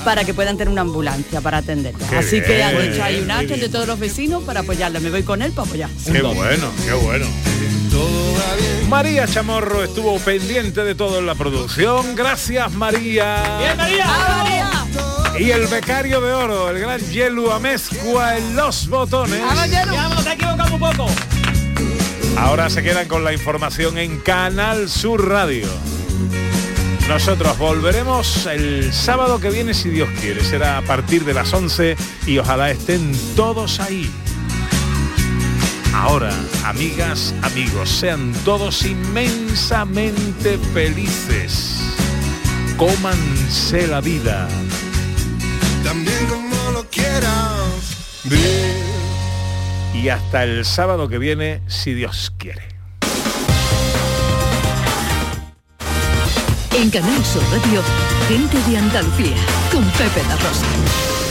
para que puedan tener una ambulancia para atenderles. Qué Así bien, que han hecho ahí un muy acto bien. de todos los vecinos para apoyarle. Me voy con él para apoyar. Qué bueno, qué bueno. María Chamorro estuvo pendiente de todo en la producción. Gracias, María. ¡Bien, María! ¡Ah, María! Y el becario de oro, el gran Yelu Amezcua en los botones. ¡Vamos, Yelu! ¡Vamos, te has equivocado un poco! Ahora se quedan con la información en Canal Sur Radio. Nosotros volveremos el sábado que viene, si Dios quiere. Será a partir de las once y ojalá estén todos ahí. Ahora, amigas, amigos, sean todos inmensamente felices. Cómanse la vida. También como lo quieras ver. Y hasta el sábado que viene, si Dios quiere. En Canal Sur Radio, gente de Andalucía, con Pepe La Rosa.